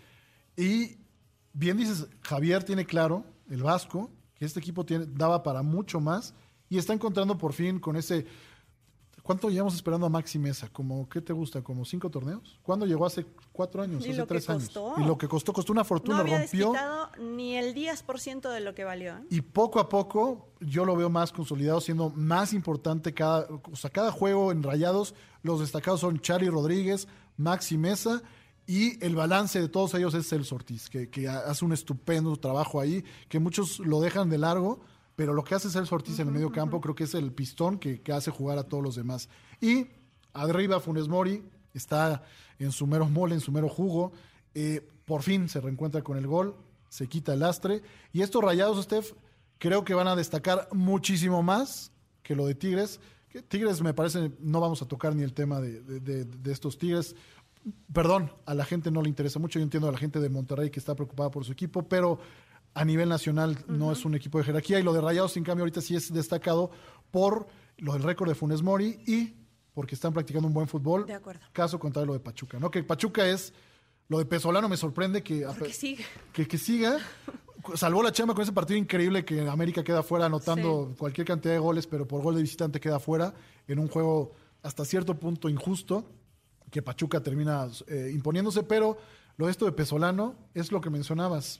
Y bien dices, Javier tiene claro, el Vasco, que este equipo daba para mucho más y está encontrando por fin con ese... ¿Cuánto llevamos esperando a Maxi Mesa? ¿Qué te gusta? ¿Como 5 torneos? ¿Cuándo llegó? Hace 4 años, hace 3 años. Y lo que costó una fortuna, no había rompió. desquitado ni el 10% de lo que valió. Y poco a poco yo lo veo más consolidado, siendo más importante cada juego en Rayados. Los destacados son Charly Rodríguez, Maxi Mesa, y el balance de todos ellos es Celso Ortiz, que hace un estupendo trabajo ahí, que muchos lo dejan de largo, pero lo que hace Celso Ortiz en el medio campo creo que es el pistón que hace jugar a todos los demás. Y arriba Funes Mori está en su mero mole, en su mero jugo. Por fin se reencuentra con el gol, se quita el lastre. Y estos Rayados, Steph, creo que van a destacar muchísimo más que lo de Tigres. Que Tigres, me parece, no vamos a tocar ni el tema de estos Tigres. Perdón, a la gente no le interesa mucho. Yo entiendo a la gente de Monterrey que está preocupada por su equipo, pero a nivel nacional no es un equipo de jerarquía. Y lo de Rayados, en cambio, ahorita sí es destacado por lo del récord de Funes Mori y porque están practicando un buen fútbol. De acuerdo. Caso contrario lo de Pachuca, ¿no? Que Pachuca es... Lo de Pesolano me sorprende que siga. Que siga. Salvó la chamba con ese partido increíble que América queda fuera anotando cualquier cantidad de goles, pero por gol de visitante queda fuera en un juego hasta cierto punto injusto, que Pachuca termina imponiéndose. Pero lo de esto de Pesolano es lo que mencionabas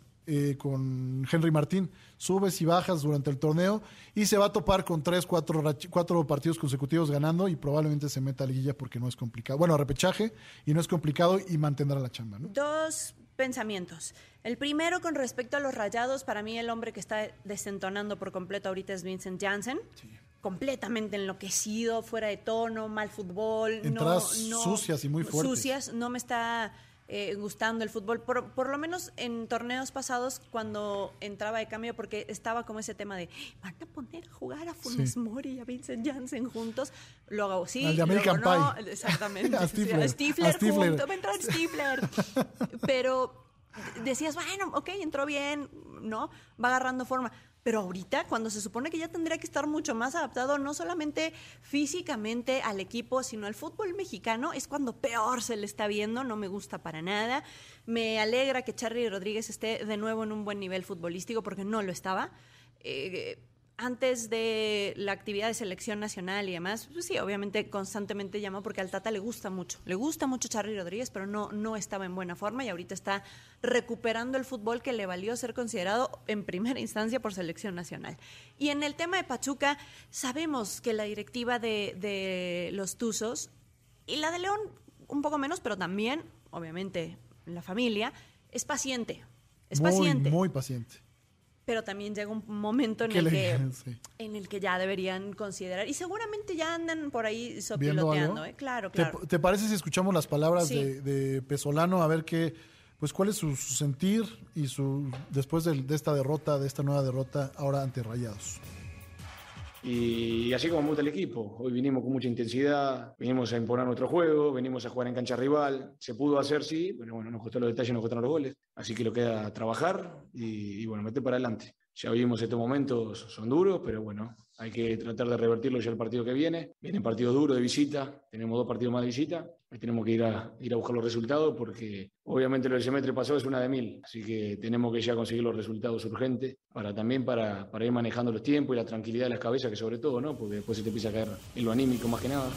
con Henry Martín. Subes y bajas durante el torneo y se va a topar con 4 partidos consecutivos ganando y probablemente se meta a liguilla porque no es complicado. Bueno, a repechaje y no es complicado y mantendrá la chamba, ¿no? 2 pensamientos. El primero, con respecto a los Rayados, para mí el hombre que está desentonando por completo ahorita es Vincent Janssen. Sí. Completamente enloquecido, fuera de tono, mal fútbol. Entradas sucias y muy fuertes. Sucias, no me está gustando el fútbol, por lo menos en torneos pasados cuando entraba de cambio, porque estaba como ese tema de van a poner a jugar a Funes Mori y a Vincent Janssen juntos, luego sí, al de American luego no, Pie. exactamente, a Stifler junto, va a entrar Stifler, pero decías, bueno, ok, entró bien, ¿no? Va agarrando forma. Pero ahorita, cuando se supone que ya tendría que estar mucho más adaptado, no solamente físicamente al equipo, sino al fútbol mexicano, es cuando peor se le está viendo, no me gusta para nada. Me alegra que Charly Rodríguez esté de nuevo en un buen nivel futbolístico, porque no lo estaba. Antes de la actividad de selección nacional y demás, pues sí, obviamente constantemente llama porque al Tata le gusta mucho Charly Rodríguez, pero no estaba en buena forma y ahorita está recuperando el fútbol que le valió ser considerado en primera instancia por selección nacional. Y en el tema de Pachuca, sabemos que la directiva de los Tuzos y la de León un poco menos, pero también, obviamente, la familia, es paciente. Muy paciente. Pero también llega un momento en el que ya deberían considerar, y seguramente ya andan por ahí sopiloteando, Claro. ¿Te parece si escuchamos las palabras de Pesolano, a ver cuál es su sentir y después de esta derrota, de esta nueva derrota ahora ante Rayados? Y así como me gusta el equipo, hoy vinimos con mucha intensidad, vinimos a imponer nuestro juego, venimos a jugar en cancha rival, se pudo hacer, sí, pero bueno, nos costó los detalles, nos costaron los goles, así que lo queda trabajar y bueno, meter para adelante. Ya vimos estos momentos, son duros, pero bueno, hay que tratar de revertirlo ya el partido que viene. Vienen partidos duros de visita, tenemos 2 partidos más de visita, ahí tenemos que ir a buscar los resultados porque obviamente lo del semestre pasado es una de 1000, así que tenemos que ya conseguir los resultados urgentes para ir manejando los tiempos y la tranquilidad de las cabezas, que sobre todo, ¿no? Porque después se te empieza a caer en lo anímico más que nada.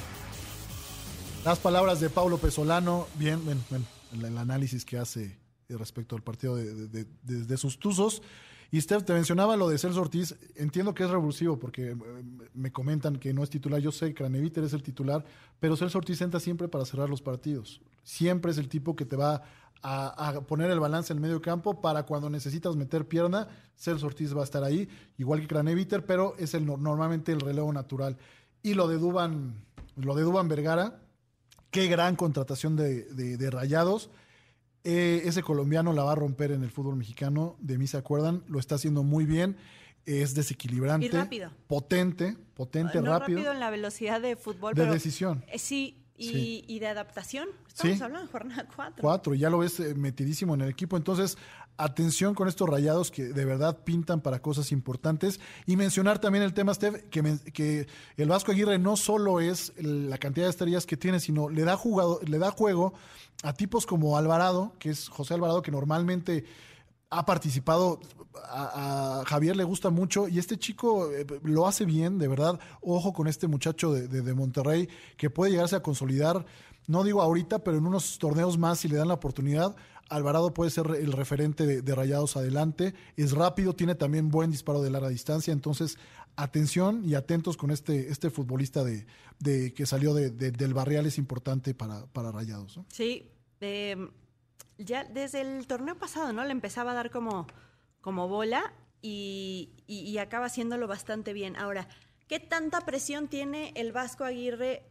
Las palabras de Paulo Pesolano, bien, el análisis que hace respecto al partido de sus Tuzos. Y Steph, te mencionaba lo de Celso Ortiz. Entiendo que es revulsivo porque me comentan que no es titular. Yo sé que Craneviter es el titular, pero Celso Ortiz entra siempre para cerrar los partidos. Siempre es el tipo que te va a poner el balance en el medio campo para cuando necesitas meter pierna. Celso Ortiz va a estar ahí, igual que Craneviter, pero es normalmente el relevo natural. Y lo de Duván Vergara, qué gran contratación de Rayados. Ese colombiano la va a romper en el fútbol mexicano, de mí se acuerdan, lo está haciendo muy bien, es desequilibrante, y rápido, potente, no rápido en la velocidad de fútbol, de decisión. Y de adaptación. Estamos hablando de jornada 4. Ya lo ves metidísimo en el equipo. Entonces, atención con estos Rayados que de verdad pintan para cosas importantes. Y mencionar también el tema, Steph, que el Vasco Aguirre no solo es la cantidad de estrellas que tiene, sino le da juego a tipos como Alvarado, que es José Alvarado, que normalmente ha participado, a Javier le gusta mucho y este chico lo hace bien, de verdad. Ojo con este muchacho de Monterrey que puede llegarse a consolidar, no digo ahorita, pero en unos torneos más si le dan la oportunidad. Alvarado puede ser el referente de Rayados adelante, es rápido, tiene también buen disparo de larga distancia, entonces atención y atentos con este futbolista de que salió del Barrial, es importante para Rayados, ¿no? Sí, ya desde el torneo pasado, ¿no? Le empezaba a dar como bola y acaba haciéndolo bastante bien. Ahora, ¿qué tanta presión tiene el Vasco Aguirre?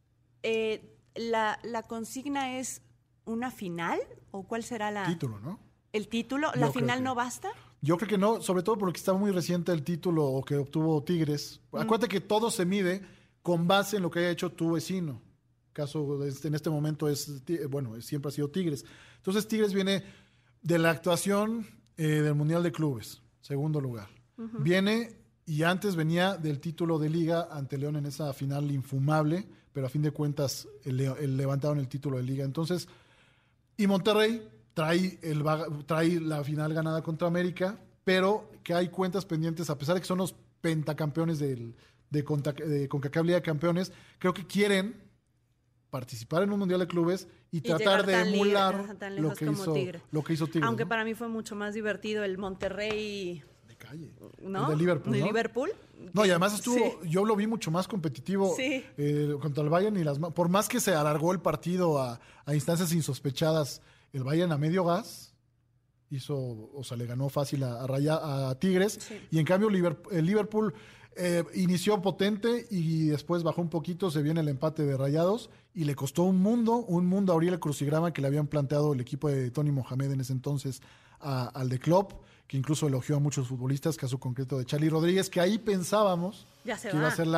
¿La consigna es una final? ¿O cuál será la...? Título, ¿no? ¿El título? ¿La final no basta? Yo creo que no, sobre todo porque está muy reciente el título que obtuvo Tigres. Acuérdate que todo se mide con base en lo que haya hecho tu vecino. Caso en este momento siempre ha sido Tigres. Entonces Tigres viene de la actuación del Mundial de Clubes, segundo lugar. Uh-huh. Viene y antes venía del título de Liga ante León en esa final infumable, pero a fin de cuentas levantaron el título de Liga. Entonces, y Monterrey trae la final ganada contra América, pero que hay cuentas pendientes, a pesar de que son los pentacampeones de CONCACAF Liga de Campeones, creo que quieren participar en un Mundial de Clubes y tratar de emular lo que hizo Tigre. Aunque para mí fue mucho más divertido el Monterrey de calle, ¿no? El de Liverpool, ¿De ¿no? Liverpool? No, y además yo lo vi mucho más competitivo contra el Bayern, por más que se alargó el partido a instancias insospechadas, el Bayern a medio gas le ganó fácil a Tigres, y en cambio el Liverpool inició potente y después bajó un poquito, se viene el empate de Rayados y le costó un mundo abrir el crucigrama que le habían planteado el equipo de Tony Mohamed en ese entonces al de Klopp, que incluso elogió a muchos futbolistas, caso concreto de Charly Rodríguez, que ahí pensábamos que iba a ser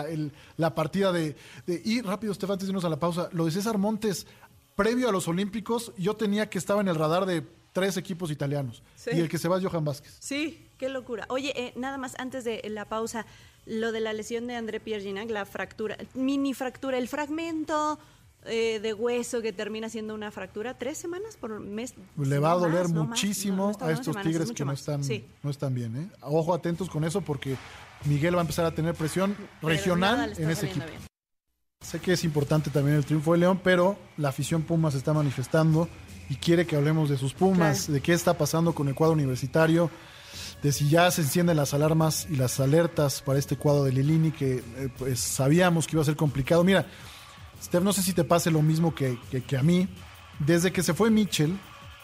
la partida de... Y rápido, Estefan, antes de irnos a la pausa, lo de César Montes, previo a los Olímpicos, yo tenía que estaba en el radar de 3 equipos italianos. Sí. Y el que se va es Johan Vázquez. Sí, qué locura. Oye, nada más antes de la pausa, lo de la lesión de André Pierre Gignac, la fractura, mini fractura, el fragmento de hueso que termina siendo una fractura, 3 semanas por mes. Le va a doler muchísimo a estos Tigres que no están bien. ¿eh? Ojo, atentos con eso porque Miguel va a empezar a tener presión regional en ese equipo. Bien. Sé que es importante también el triunfo de León, pero la afición Pumas se está manifestando y quiere que hablemos de sus Pumas, claro, de qué está pasando con el cuadro universitario, de si ya se encienden las alarmas y las alertas para este cuadro de Lilini, que pues sabíamos que iba a ser complicado. Mira, Steph, no sé si te pase lo mismo que a mí. Desde que se fue Mitchell,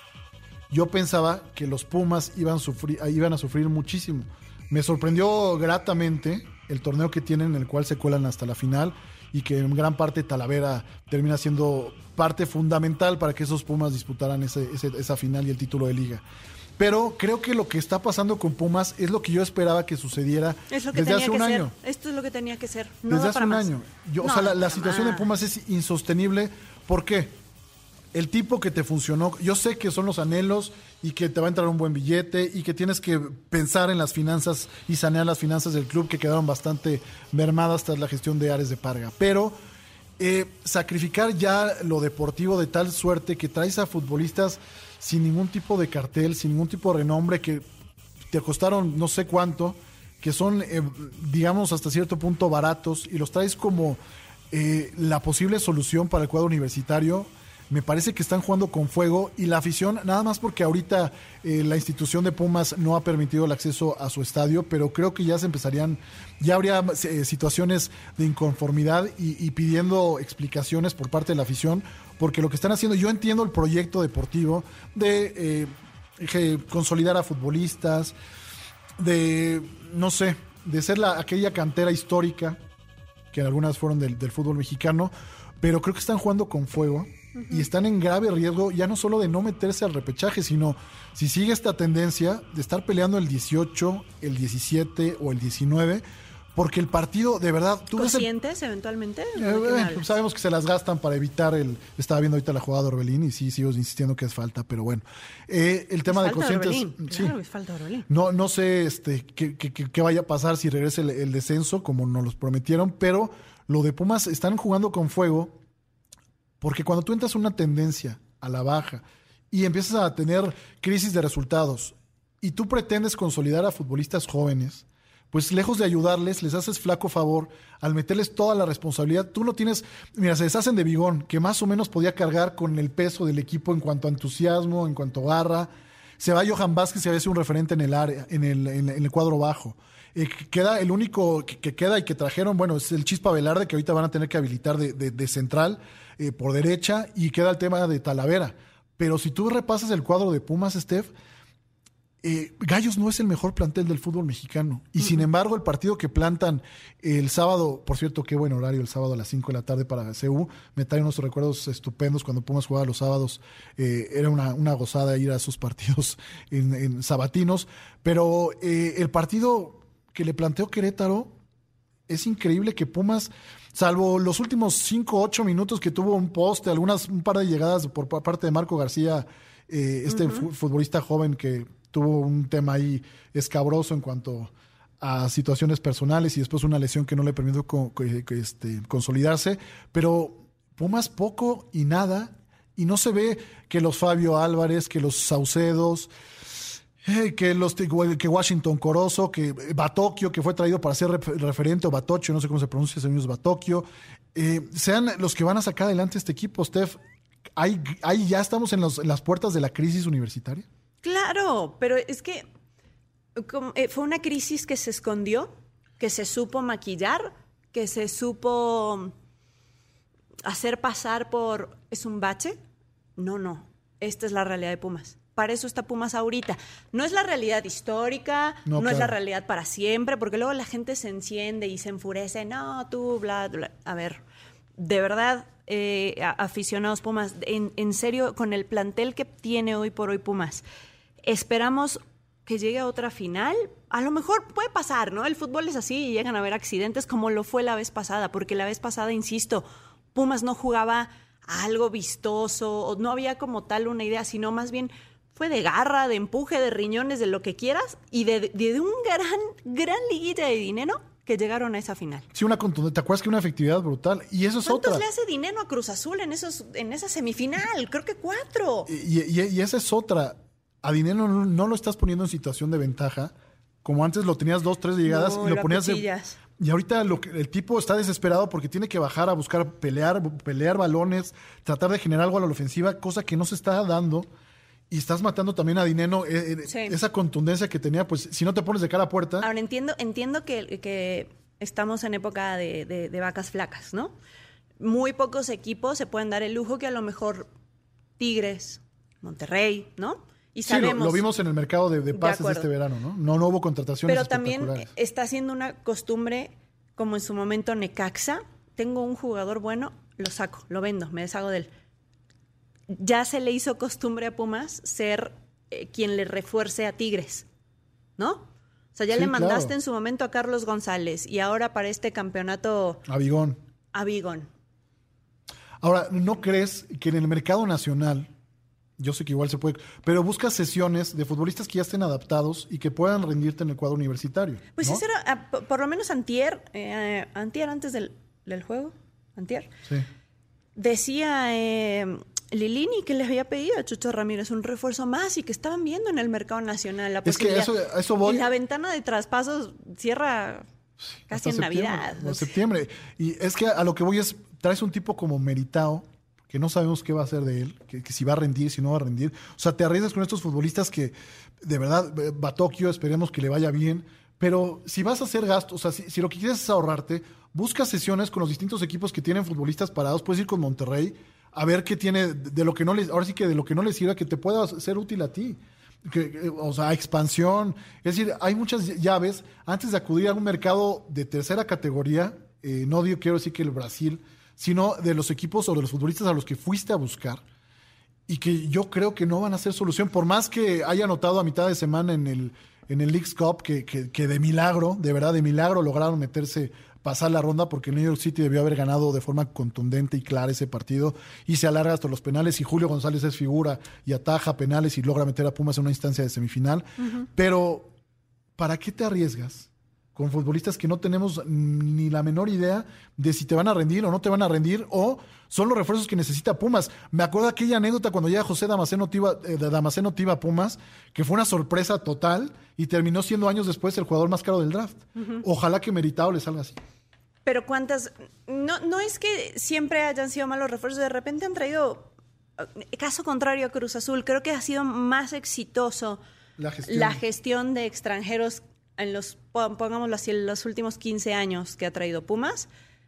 yo pensaba que los Pumas iban a sufrir muchísimo. Me sorprendió gratamente el torneo que tienen, en el cual se cuelan hasta la final, y que en gran parte Talavera termina siendo parte fundamental para que esos Pumas disputaran esa final y el título de liga. Pero creo que lo que está pasando con Pumas es lo que yo esperaba que sucediera desde hace un año. Esto es lo que tenía que ser. Desde hace un año. La situación de Pumas es insostenible. ¿Por qué? El tipo que te funcionó, yo sé que son los anhelos y que te va a entrar un buen billete y que tienes que pensar en las finanzas y sanear las finanzas del club, que quedaron bastante mermadas tras la gestión de Ares de Parga. Pero sacrificar ya lo deportivo de tal suerte que traes a futbolistas sin ningún tipo de cartel, sin ningún tipo de renombre, que te costaron no sé cuánto, que son, digamos, hasta cierto punto baratos, y los traes como la posible solución para el cuadro universitario. Me parece que están jugando con fuego, y la afición, nada más porque ahorita la institución de Pumas no ha permitido el acceso a su estadio, pero creo que ya habría situaciones de inconformidad y pidiendo explicaciones por parte de la afición, porque lo que están haciendo, yo entiendo el proyecto deportivo de consolidar a futbolistas, de ser aquella cantera histórica, que algunas fueron del fútbol mexicano, pero creo que están jugando con fuego. Y están en grave riesgo, ya no solo de no meterse al repechaje, sino si sigue esta tendencia de estar peleando el 18, el 17 o el 19, porque el partido, de verdad... ¿Conscientes eventualmente? Sabemos que se las gastan para evitar estaba viendo ahorita la jugada de Orbelín y sí, sigo insistiendo que es falta, pero bueno. El tema de conscientes... Claro, es falta de Orbelín. No sé qué vaya a pasar si regrese el descenso, como nos los prometieron, pero lo de Pumas están jugando con fuego. Porque cuando tú entras una tendencia a la baja y empiezas a tener crisis de resultados y tú pretendes consolidar a futbolistas jóvenes, pues lejos de ayudarles, les haces flaco favor al meterles toda la responsabilidad. Tú no tienes... Mira, se deshacen de Bigón, que más o menos podía cargar con el peso del equipo en cuanto a entusiasmo, en cuanto a garra. Se va Johan Vázquez, se ve un referente en el área, en el cuadro bajo. Queda el único que queda y que trajeron, bueno, es el Chispa Velarde, que ahorita van a tener que habilitar de central por derecha, y queda el tema de Talavera. Pero si tú repasas el cuadro de Pumas, Steph, Gallos no es el mejor plantel del fútbol mexicano. Y sin embargo, el partido que plantan el sábado, por cierto, qué buen horario, el sábado a las 5 de la tarde para CU, me trae unos recuerdos estupendos cuando Pumas jugaba los sábados. Era una gozada ir a esos partidos en sabatinos. Pero el partido que le planteó Querétaro, es increíble que Pumas, salvo los últimos 5-8 minutos que tuvo un poste, un par de llegadas por parte de Marco García, futbolista joven que tuvo un tema ahí escabroso en cuanto a situaciones personales y después una lesión que no le permitió consolidarse, pero Pumas poco y nada, y no se ve que los Fabio Álvarez, que los Saucedos, que Washington Corozo, que Batocchio, que fue traído para ser referente, o Batocchio, no sé cómo se pronuncia, ese mismo es Batocchio, sean los que van a sacar adelante este equipo. Steph, ahí ya estamos en las puertas de la crisis universitaria. Claro, pero es que fue una crisis que se escondió, que se supo maquillar, que se supo hacer pasar por ¿es un bache? No, esta es la realidad de Pumas. para eso está Pumas ahorita. No es la realidad histórica, no claro. es la realidad para siempre, porque luego la gente se enciende y se enfurece. No, tú, bla, bla. A ver, de verdad, aficionados Pumas, en serio, con el plantel que tiene hoy por hoy Pumas, esperamos que llegue a otra final. A lo mejor puede pasar, ¿no? El fútbol es así y llegan a haber accidentes como lo fue la vez pasada, porque la vez pasada, insisto, Pumas no jugaba a algo vistoso, o no había como tal una idea, sino más bien fue de garra, de empuje, de riñones, de lo que quieras, y de un gran liguilla de dinero que llegaron a esa final. Sí, una contundencia. ¿Te acuerdas que una efectividad brutal? Y eso es otra. ¿Cuántos le hace dinero a Cruz Azul en esa semifinal? Creo que 4. Y esa es otra. A dinero no lo estás poniendo en situación de ventaja, como antes lo tenías 2, 3 llegadas y lo ponías y ahorita el tipo está desesperado porque tiene que bajar a buscar pelear balones, tratar de generar algo a la ofensiva, cosa que no se está dando. Y estás matando también a Dineno, sí. Esa contundencia que tenía, pues si no te pones de cara a puerta. Ahora entiendo que estamos en época de vacas flacas, ¿no? Muy pocos equipos se pueden dar el lujo que a lo mejor Tigres, Monterrey, ¿no? Y sabemos, sí, lo vimos en el mercado de pases de este verano, ¿no? No hubo contrataciones. Pero también está siendo una costumbre, como en su momento Necaxa, tengo un jugador bueno, lo saco, lo vendo, me deshago de él. Ya se le hizo costumbre a Pumas ser quien le refuerce a Tigres, ¿no? O sea, ya le mandaste en su momento a Carlos González y ahora para este campeonato... A Vigón. Ahora, ¿no crees que en el mercado nacional, yo sé que igual se puede, pero buscas sesiones de futbolistas que ya estén adaptados y que puedan rendirte en el cuadro universitario? Pues ¿no? eso era, por lo menos antier antes del juego, sí. Decía... Lilini que les había pedido a Chucho Ramírez un refuerzo más y que estaban viendo en el mercado nacional la posibilidad. Es que eso voy. Y la ventana de traspasos cierra casi en Navidad. En septiembre. Y es que a lo que voy es, traes un tipo como Meritao, que no sabemos qué va a hacer de él, que si va a rendir, si no va a rendir. O sea, te arriesgas con estos futbolistas que, de verdad, Batokio, esperemos que le vaya bien. Pero si vas a hacer gastos, o sea, si lo que quieres es ahorrarte, busca sesiones con los distintos equipos que tienen futbolistas parados. Puedes ir con Monterrey a ver qué tiene de lo que no les, ahora sí que de lo que no les sirva, que te pueda ser útil a ti. O sea, expansión. Es decir, hay muchas llaves antes de acudir a un mercado de tercera categoría. No quiero decir que el Brasil, sino de los equipos o de los futbolistas a los que fuiste a buscar y que yo creo que no van a ser solución. Por más que haya anotado a mitad de semana en el Leagues Cup que de milagro, de verdad de milagro lograron pasar la ronda, porque el New York City debió haber ganado de forma contundente y clara ese partido y se alarga hasta los penales y Julio González es figura y ataja penales y logra meter a Pumas en una instancia de semifinal. Uh-huh. Pero ¿para qué te arriesgas con futbolistas que no tenemos ni la menor idea de si te van a rendir o no te van a rendir o son los refuerzos que necesita Pumas? Me acuerdo de aquella anécdota cuando llega José Damasceno Tiva a Pumas, que fue una sorpresa total y terminó siendo años después el jugador más caro del draft. Uh-huh. Ojalá que Meritao le salga así. Pero cuántas... No es que siempre hayan sido malos refuerzos, de repente han traído... Caso contrario a Cruz Azul, creo que ha sido más exitoso la gestión de extranjeros pongámoslo así, en los últimos 15 años que ha traído Pumas,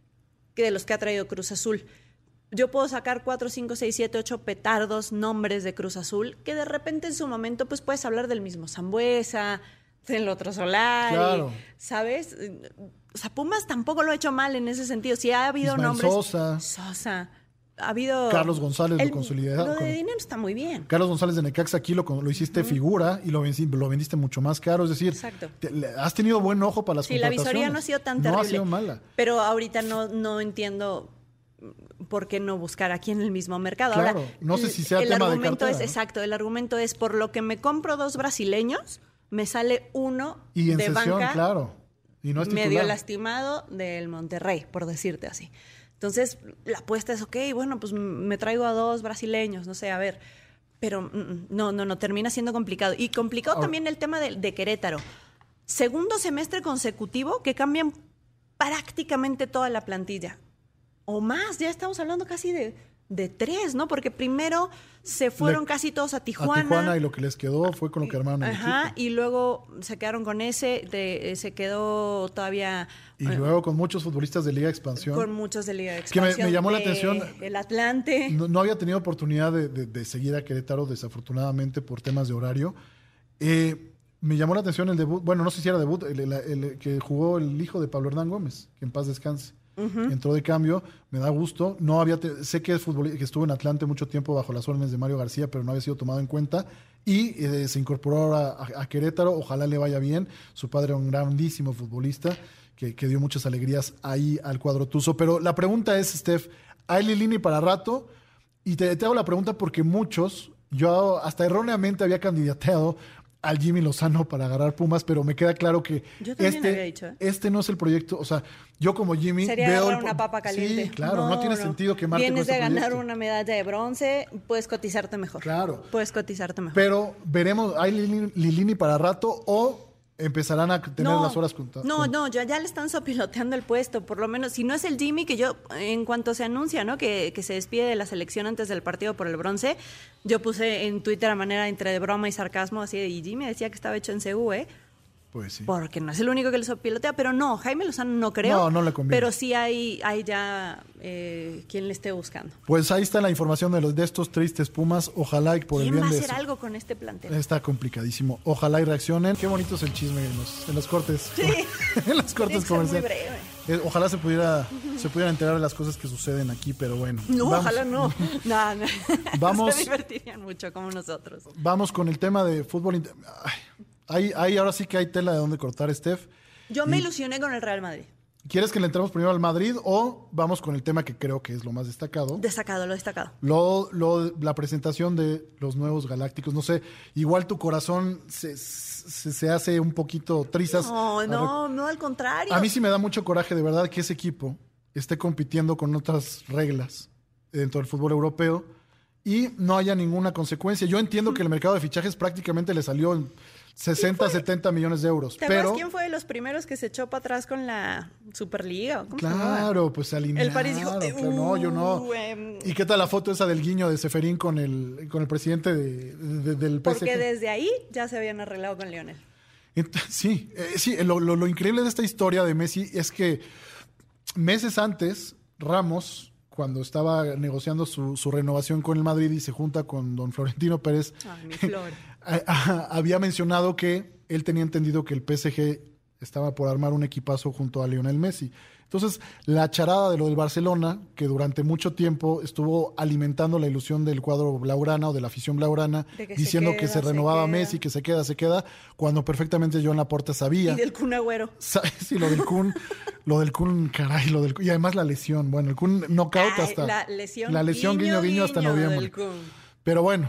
que de los que ha traído Cruz Azul. Yo puedo sacar 4, 5, 6, 7, 8 petardos, nombres de Cruz Azul, que de repente en su momento pues puedes hablar del mismo Sambuesa, del otro Solari, claro. ¿Sabes? O sea, Pumas tampoco lo ha hecho mal en ese sentido. Sí ha habido Ismael nombres... Sosa. Ha habido... Carlos González lo consolidó. Lo de dinero está muy bien. Carlos González de Necaxa aquí lo hiciste figura y lo vendiste mucho más caro. Es decir, has tenido buen ojo para las contrataciones. Sí, la visoría no ha sido tan terrible. No ha sido mala. Pero ahorita no entiendo por qué no buscar aquí en el mismo mercado. Claro, ahora, no sé si sea tema de cartera. Exacto, el argumento es por lo que me compro 2 brasileños, me sale uno y en de sesión, banca claro. Y no es medio lastimado del Monterrey, por decirte así. Entonces, la apuesta es, bueno, pues me traigo a 2 brasileños, no sé, a ver. Pero no, termina siendo complicado. Y complicado también el tema de Querétaro. Segundo semestre consecutivo que cambian prácticamente toda la plantilla. O más, ya estamos hablando casi de de 3, ¿no? Porque primero se fueron casi todos a Tijuana. Y se fueron casi todos a Tijuana. Y lo que les quedó fue con lo que armaron el equipo. Y luego se quedaron con ese, se quedó todavía... Y luego con muchos futbolistas de Liga de Expansión. Con muchos de Liga de Expansión. Que me llamó la atención. El Atlante. No había tenido oportunidad de seguir a Querétaro, desafortunadamente, por temas de horario. Me llamó la atención el debut, bueno, no sé si era debut, el que jugó el hijo de Pablo Hernán Gómez, que en paz descanse. Entró de cambio, me da gusto. Sé que es futbolista, que estuvo en Atlante mucho tiempo bajo las órdenes de Mario García, pero no había sido tomado en cuenta. Y se incorporó ahora a Querétaro. Ojalá le vaya bien. Su padre era un grandísimo futbolista que dio muchas alegrías ahí al cuadro tuzo. Pero la pregunta es, Steph, ¿hay Lilini para rato? Y te hago la pregunta porque yo hasta erróneamente había candidateado al Jimmy Lozano para agarrar Pumas, pero me queda claro que yo también había dicho, este no es el proyecto. O sea, yo como Jimmy sería veo una papa caliente. Sí, claro, no tiene sentido quemarte con Vienes de ganar proyecto. una medalla de bronce, puedes cotizarte mejor. Claro. Puedes cotizarte mejor. Pero veremos, ¿hay Lilini para rato o empezarán a tener las horas contadas? No, ya le están sopiloteando el puesto, por lo menos, si no es el Jimmy, que yo, en cuanto se anuncia, ¿no? Que se despide de la selección antes del partido por el bronce, yo puse en Twitter a manera entre de broma y sarcasmo, así, y Jimmy decía que estaba hecho en CU, Pues sí. Porque no es el único que le sopilotea, pero no, Jaime Lozano no creo. No le conviene. Pero sí hay ya quien le esté buscando. Pues ahí está la información de estos tristes Pumas. Ojalá y por el bien de... ¿Quién va a hacer algo con este plantel? Está complicadísimo. Ojalá y reaccionen. Qué bonito es el chisme en los cortes. Sí. En los cortes comerciales. Muy breve. Ojalá se pudieran enterar de las cosas que suceden aquí, pero bueno. No, ojalá no. No. Vamos. Se divertirían mucho como nosotros. Vamos con el tema de fútbol. Ahora sí que hay tela de dónde cortar, Steph. Yo me ilusioné con el Real Madrid. ¿Quieres que le entremos primero al Madrid o vamos con el tema que creo que es lo más destacado? Lo destacado. La presentación de los nuevos Galácticos. No sé, igual tu corazón se hace un poquito trizas. No, al contrario. A mí sí me da mucho coraje, de verdad, que ese equipo esté compitiendo con otras reglas dentro del fútbol europeo y no haya ninguna consecuencia. Yo entiendo que el mercado de fichajes prácticamente le salió en 60, 70 millones de euros. ¿Te acuerdas quién fue de los primeros que se echó para atrás con la Superliga? Claro, pues se alinearon. El París dijo, no, yo no. ¿Y qué tal la foto esa del guiño de Ceferín con el presidente del PSG? Porque desde ahí ya se habían arreglado con Lionel. Sí, lo increíble de esta historia de Messi es que meses antes, Ramos, cuando estaba negociando su renovación con el Madrid y se junta con don Florentino Pérez, mi Flor. había mencionado que él tenía entendido que el PSG estaba por armar un equipazo junto a Lionel Messi. Entonces, la charada de lo del Barcelona, que durante mucho tiempo estuvo alimentando la ilusión del cuadro blaugrana o de la afición blaugrana, diciendo que se renovaba Messi, que se queda, cuando perfectamente Joan Laporta sabía. Y del Kun Agüero. Sí, lo del Kun, caray, y además la lesión. Bueno, el Kun knockout hasta... La lesión guiño hasta noviembre. Del Kun. Pero bueno...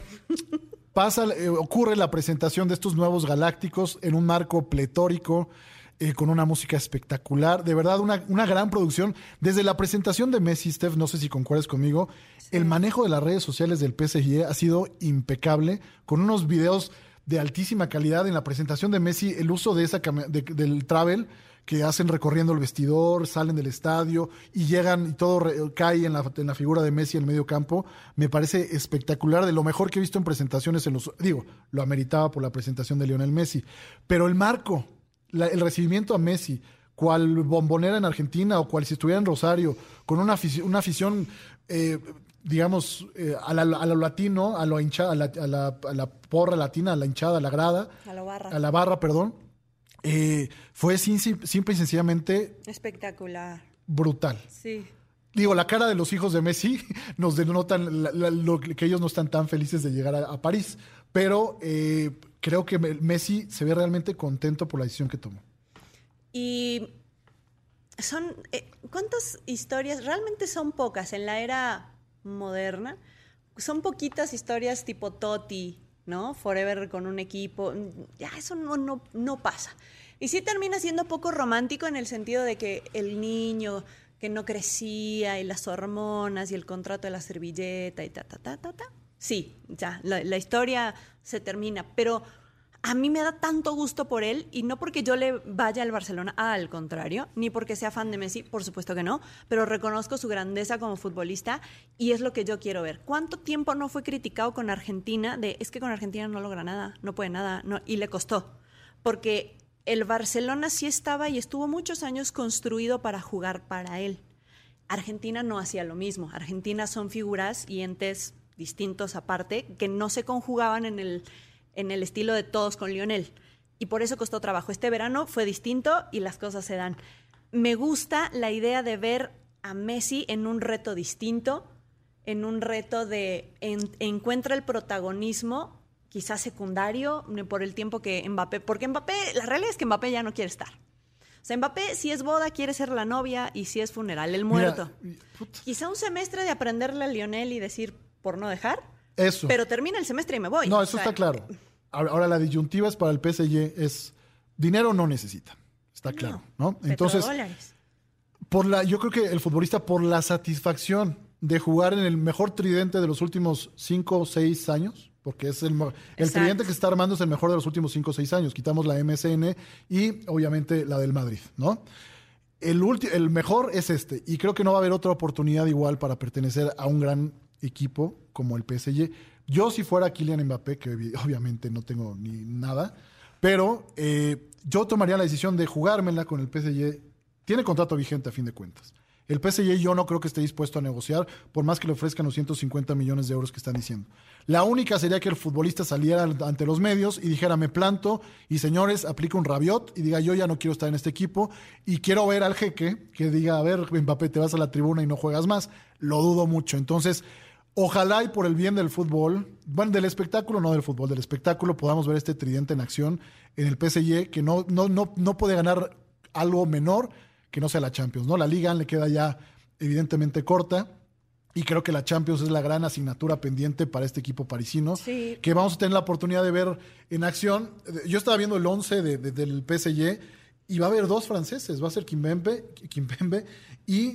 ocurre la presentación de estos nuevos Galácticos en un marco pletórico, con una música espectacular, de verdad una gran producción. Desde la presentación de Messi, Steph, no sé si concuerdas conmigo, sí. El manejo de las redes sociales del PSG ha sido impecable, con unos videos de altísima calidad. En la presentación de Messi, el uso de del travel que hacen recorriendo el vestidor, salen del estadio y llegan y todo cae en la figura de Messi en el medio campo, me parece espectacular, de lo mejor que he visto en presentaciones lo ameritaba por la presentación de Lionel Messi, pero el marco, el recibimiento a Messi, cual Bombonera en Argentina o cual si estuviera en Rosario, con una afición digamos, a lo latino, a la porra latina, a la hinchada, a la grada, a la barra, perdón. Fue simple y sencillamente espectacular, brutal. Sí. La cara de los hijos de Messi nos denotan que ellos no están tan felices de llegar a París, pero creo que Messi se ve realmente contento por la decisión que tomó. Y son ¿cuántas historias? Realmente son pocas en la era moderna. Son poquitas historias tipo Totti, ¿no? Forever con un equipo. Ya eso no pasa. Y sí termina siendo poco romántico en el sentido de que el niño que no crecía y las hormonas y el contrato de la servilleta y ta. Sí, ya, la historia se termina. Pero A mí me da tanto gusto por él, y no porque yo le vaya al Barcelona, al contrario, ni porque sea fan de Messi, por supuesto que no, pero reconozco su grandeza como futbolista y es lo que yo quiero ver. ¿Cuánto tiempo no fue criticado con Argentina es que con Argentina no logra nada, no puede nada, no, y le costó? Porque el Barcelona sí estaba y estuvo muchos años construido para jugar para él. Argentina no hacía lo mismo. Argentina son figuras y entes distintos aparte que no se conjugaban en el estilo de todos con Lionel. Y por eso costó trabajo. Este verano fue distinto y las cosas se dan. Me gusta la idea de ver a Messi en un reto distinto, en un reto de encuentra el protagonismo, quizás secundario, por el tiempo que Mbappé... Porque Mbappé, la realidad es que Mbappé ya no quiere estar. O sea, Mbappé, si es boda, quiere ser la novia, y si es funeral, el muerto. Mira, quizá un semestre de aprenderle a Lionel y decir, por no dejar... Eso. Pero termina el semestre y me voy. No, eso está claro. Ahora, la disyuntiva es para el PSG es dinero no necesita. Está claro, ¿no? Entonces, yo creo que el futbolista, por la satisfacción de jugar en el mejor tridente de los últimos 5 o 6 años, porque es el tridente que se está armando es el mejor de los últimos 5 o 6 años. Quitamos la MSN y obviamente la del Madrid, ¿no? El mejor es este. Y creo que no va a haber otra oportunidad igual para pertenecer a un gran equipo como el PSG. Yo, si fuera Kylian Mbappé, que obviamente no tengo ni nada, pero yo tomaría la decisión de jugármela con el PSG. Tiene contrato vigente a fin de cuentas. El PSG yo no creo que esté dispuesto a negociar, por más que le ofrezcan los 150 millones de euros que están diciendo. La única sería que el futbolista saliera ante los medios y dijera, me planto, y señores, aplica un Rabiot y diga, yo ya no quiero estar en este equipo y quiero ver al jeque que diga, a ver, Mbappé, te vas a la tribuna y no juegas más. Lo dudo mucho. Entonces, ojalá y por el bien del fútbol, bueno, del espectáculo, no del fútbol, del espectáculo, podamos ver este tridente en acción en el PSG, que no puede ganar algo menor que no sea la Champions, ¿no? La Liga le queda ya evidentemente corta y creo que la Champions es la gran asignatura pendiente para este equipo parisino, sí, que vamos a tener la oportunidad de ver en acción. Yo estaba viendo el 11 del PSG y va a haber 2 franceses, va a ser Kimpembe y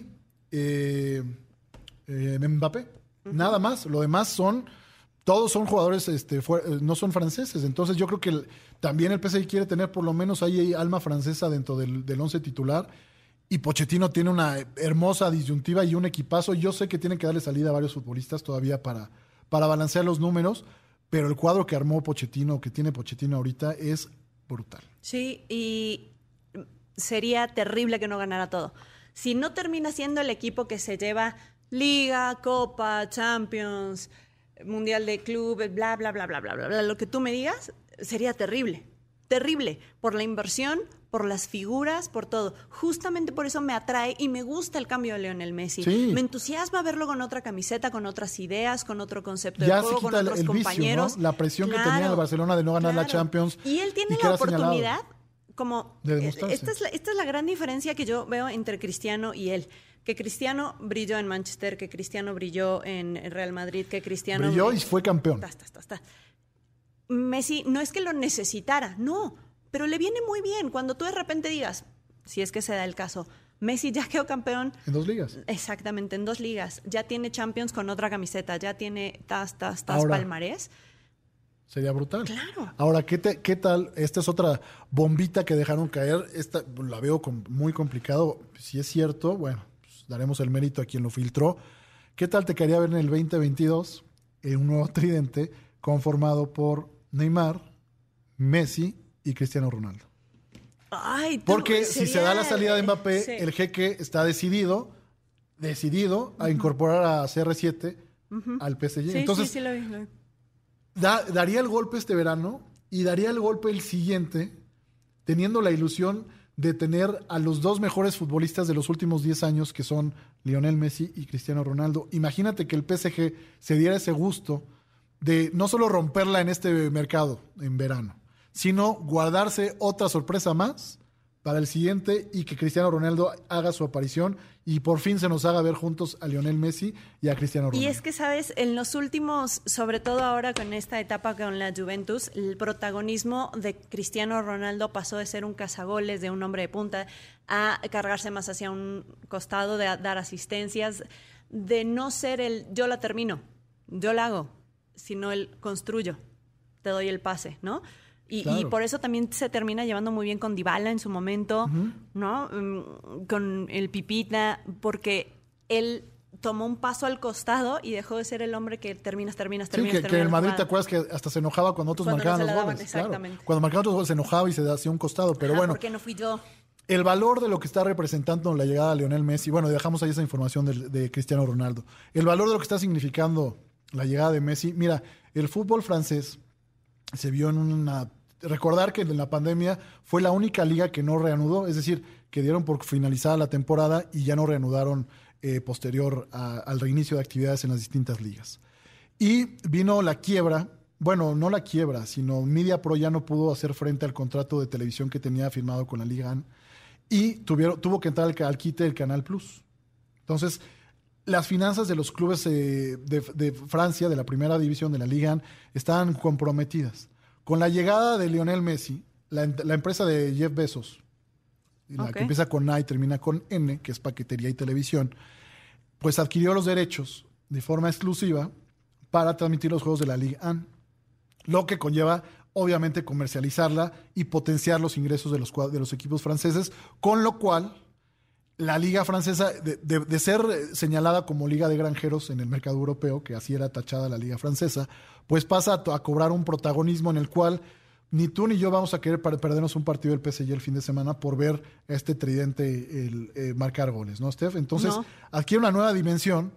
Mbappé. Nada más, lo demás todos son jugadores, no son franceses. Entonces yo creo que también el PSG quiere tener por lo menos ahí alma francesa dentro del 11 titular. Y Pochettino tiene una hermosa disyuntiva y un equipazo. Yo sé que tienen que darle salida a varios futbolistas todavía para balancear los números, pero el cuadro que armó Pochettino, que tiene Pochettino ahorita, es brutal. Sí, y sería terrible que no ganara todo. Si no termina siendo el equipo que se lleva Liga, Copa, Champions, Mundial de Clubes, bla, bla, bla, bla, bla, bla, bla, lo que tú me digas, sería terrible. Terrible, por la inversión, por las figuras, por todo. Justamente por eso me atrae y me gusta el cambio de Lionel Messi. Sí. Me entusiasma verlo con otra camiseta, con otras ideas, con otro concepto de ya juego, con otros compañeros. Vicio, ¿no? La presión que tenía el Barcelona de no ganar la Champions. Y él tiene la oportunidad, como de demostrarse. Esta es la gran diferencia que yo veo entre Cristiano y él. Que Cristiano brilló en Manchester, que Cristiano brilló en Real Madrid, que Cristiano... Brilló y fue campeón. Messi no es que lo necesitara, no, pero le viene muy bien cuando tú de repente digas, si es que se da el caso, Messi ya quedó campeón. En 2 ligas. Exactamente, en 2 ligas. Ya tiene Champions con otra camiseta, ya tiene Ahora, palmarés. Sería brutal. Claro. Ahora, ¿qué tal? Esta es otra bombita que dejaron caer. Esta la veo muy complicado. Si es cierto, bueno, pues daremos el mérito a quien lo filtró. ¿Qué tal te quedaría ver en el 2022 en un nuevo tridente conformado por Neymar, Messi y Cristiano Ronaldo? Ay, porque si se da la salida de Mbappé, sí, el jeque está decidido a incorporar a CR7 al PSG. Sí, entonces, sí, lo vi. daría el golpe este verano y daría el golpe el siguiente, teniendo la ilusión de tener a los 2 mejores futbolistas de los últimos 10 años, que son Lionel Messi y Cristiano Ronaldo. Imagínate que el PSG se diera ese gusto de no solo romperla en este mercado en verano, sino guardarse otra sorpresa más para el siguiente y que Cristiano Ronaldo haga su aparición y por fin se nos haga ver juntos a Lionel Messi y a Cristiano Ronaldo. Y es que, ¿sabes? En los últimos, sobre todo ahora con esta etapa con la Juventus, el protagonismo de Cristiano Ronaldo pasó de ser un cazagoles, de un hombre de punta, a cargarse más hacia un costado, de dar asistencias, de no ser el yo la termino, yo la hago, sino el construyo, te doy el pase, ¿no? Y por eso también se termina llevando muy bien con Dybala en su momento, ¿no? Con el Pipita, porque él tomó un paso al costado y dejó de ser el hombre que terminas. Que el Madrid, ¿te acuerdas que hasta se enojaba cuando otros marcaban los goles? Exactamente. Claro. Cuando marcaban otros goles se enojaba y se hacía un costado, pero bueno. ¿Por qué no fui yo? El valor de lo que está representando la llegada de Lionel Messi, bueno, dejamos ahí esa información de Cristiano Ronaldo. El valor de lo que está significando la llegada de Messi, mira, el fútbol francés se vio en una... Recordar que en la pandemia fue la única liga que no reanudó, es decir, que dieron por finalizada la temporada y ya no reanudaron posterior al reinicio de actividades en las distintas ligas. Y vino la quiebra, bueno, no la quiebra, sino Media Pro ya no pudo hacer frente al contrato de televisión que tenía firmado con la Liga 1 y tuvo que entrar al quite del Canal Plus. Entonces, las finanzas de los clubes de Francia, de la primera división de la Liga 1, estaban comprometidas. Con la llegada de Lionel Messi, la empresa de Jeff Bezos, la que empieza con A y termina con N, que es paquetería y televisión, pues adquirió los derechos de forma exclusiva para transmitir los juegos de la Liga 1, lo que conlleva, obviamente, comercializarla y potenciar los ingresos de los equipos franceses, con lo cual la liga francesa, de ser señalada como liga de granjeros en el mercado europeo, que así era tachada la liga francesa, pues pasa a cobrar un protagonismo en el cual ni tú ni yo vamos a querer perdernos un partido del PSG el fin de semana por ver a este tridente marcar goles, ¿no, Steph? Entonces, adquiere una nueva dimensión,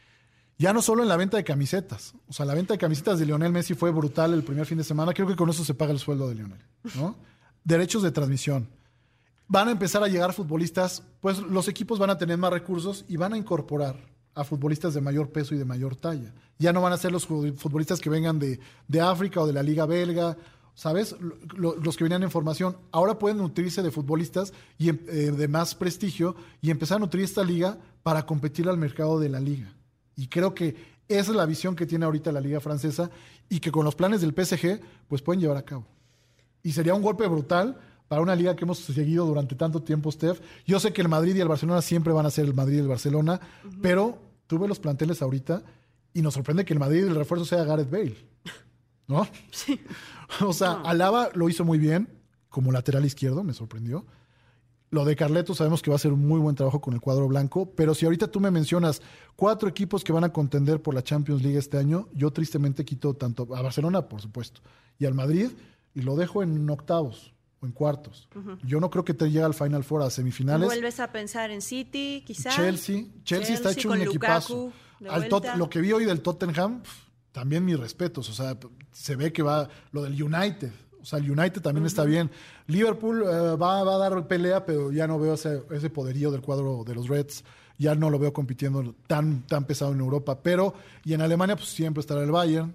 ya no solo en la venta de camisetas. O sea, la venta de camisetas de Lionel Messi fue brutal el primer fin de semana. Creo que con eso se paga el sueldo de Lionel, ¿no? Derechos de transmisión. Van a empezar a llegar futbolistas, pues los equipos van a tener más recursos y van a incorporar a futbolistas de mayor peso y de mayor talla. Ya no van a ser los futbolistas que vengan de África o de la Liga Belga, ¿sabes? Los que venían en formación. Ahora pueden nutrirse de futbolistas de más prestigio y empezar a nutrir esta liga para competir al mercado de la liga. Y creo que esa es la visión que tiene ahorita la liga francesa y que con los planes del PSG pues pueden llevar a cabo. Y sería un golpe brutal para una liga que hemos seguido durante tanto tiempo, Steph. Yo sé que el Madrid y el Barcelona siempre van a ser el Madrid y el Barcelona, pero tú ves los planteles ahorita y nos sorprende que el Madrid el refuerzo sea Gareth Bale, ¿no? Sí. O sea, Alaba lo hizo muy bien como lateral izquierdo, me sorprendió. Lo de Carleto sabemos que va a ser un muy buen trabajo con el cuadro blanco, pero si ahorita tú me mencionas 4 equipos que van a contender por la Champions League este año, yo tristemente quito tanto a Barcelona, por supuesto, y al Madrid, y lo dejo en octavos o en cuartos. Yo no creo que te llegue al Final Four, a semifinales. ¿Vuelves a pensar en City, quizás? Chelsea está hecho un equipazo. Lo que vi hoy del Tottenham, también mis respetos. O sea, se ve que va lo del United. O sea, el United también está bien. Liverpool va a dar pelea, pero ya no veo ese poderío del cuadro de los Reds. Ya no lo veo compitiendo tan pesado en Europa. Pero, y en Alemania, pues siempre estará el Bayern.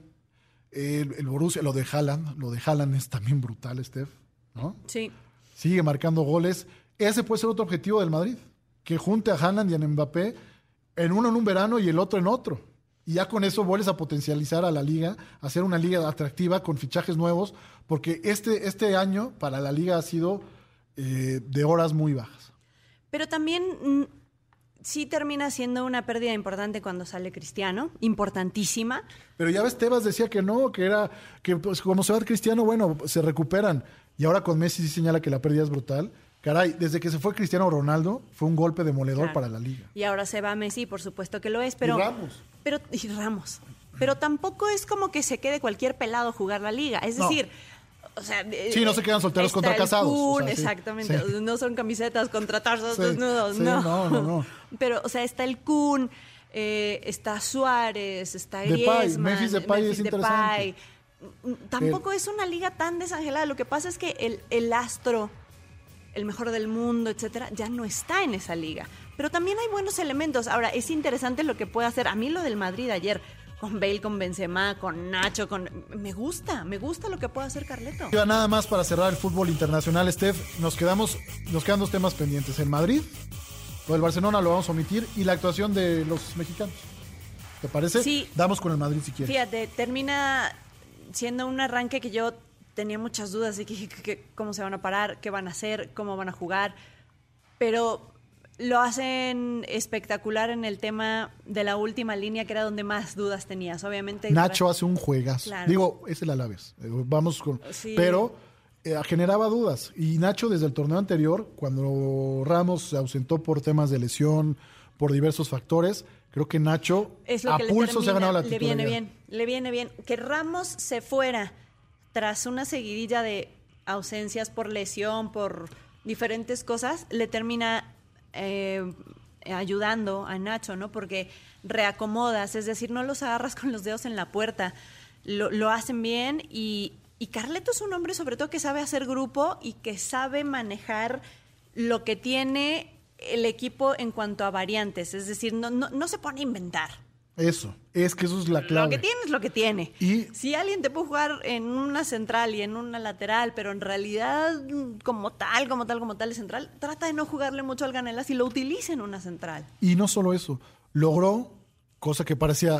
El Borussia, lo de Haaland es también brutal, Steph, ¿no? Sí. Sigue marcando goles. Ese puede ser otro objetivo del Madrid. Que junte a Haaland y a Mbappé en uno en un verano y el otro en otro. Y ya con eso vuelves a potencializar a la liga, a hacer una liga atractiva con fichajes nuevos, porque este año para la liga ha sido de horas muy bajas. Pero también sí termina siendo una pérdida importante cuando sale Cristiano, importantísima. Pero ya ves, Tebas decía que no, que pues como se va Cristiano, bueno, se recuperan. Y ahora con Messi sí señala que la pérdida es brutal. Caray, desde que se fue Cristiano Ronaldo, fue un golpe demoledor para la liga. Y ahora se va Messi, por supuesto que lo es, pero... Y Ramos. Pero tampoco es como que se quede cualquier pelado jugar la liga. Es decir, o sea... Sí, no se quedan solteros contra casados. O sea, exactamente. Sí. No son camisetas contra tarzos desnudos. Sí, no. Pero, o sea, está el Kun, está Suárez, está Griezmann. Memphis Depay es interesante. Tampoco es una liga tan desangelada. Lo que pasa es que el astro, el mejor del mundo, etcétera, ya no está en esa liga. Pero también hay buenos elementos. Ahora, es interesante lo que puede hacer. A mí lo del Madrid ayer, con Bale, con Benzema, con Nacho, me gusta lo que puede hacer Carleto. Nada más para cerrar el fútbol internacional, Steph, nos quedan 2 temas pendientes. El Madrid, lo del Barcelona lo vamos a omitir, y la actuación de los mexicanos. ¿Te parece? Sí. Damos con el Madrid si quieres. Fíjate, termina siendo un arranque que yo tenía muchas dudas de cómo se van a parar, qué van a hacer, cómo van a jugar, pero lo hacen espectacular en el tema de la última línea, que era donde más dudas tenías, obviamente. Nacho hace un juegazo. Claro. Digo, es el Alavés. Vamos con... Sí. Pero generaba dudas. Y Nacho, desde el torneo anterior, cuando Ramos se ausentó por temas de lesión, por diversos factores, creo que Nacho es lo a que pulso se ha ganado la le titularidad. le viene bien. Que Ramos se fuera tras una seguidilla de ausencias por lesión, por diferentes cosas, le termina ayudando a Nacho, ¿no? Porque reacomodas, es decir, no los agarras con los dedos en la puerta, lo hacen bien y Carleto es un hombre sobre todo que sabe hacer grupo y que sabe manejar lo que tiene el equipo en cuanto a variantes, es decir, no se pone a inventar. Eso es la clave. Lo que tiene es lo que tiene. Y si alguien te puede jugar en una central y en una lateral, pero en realidad como tal es central, trata de no jugarle mucho al Ganelas y lo utiliza en una central. Y no solo eso, logró, cosa que parecía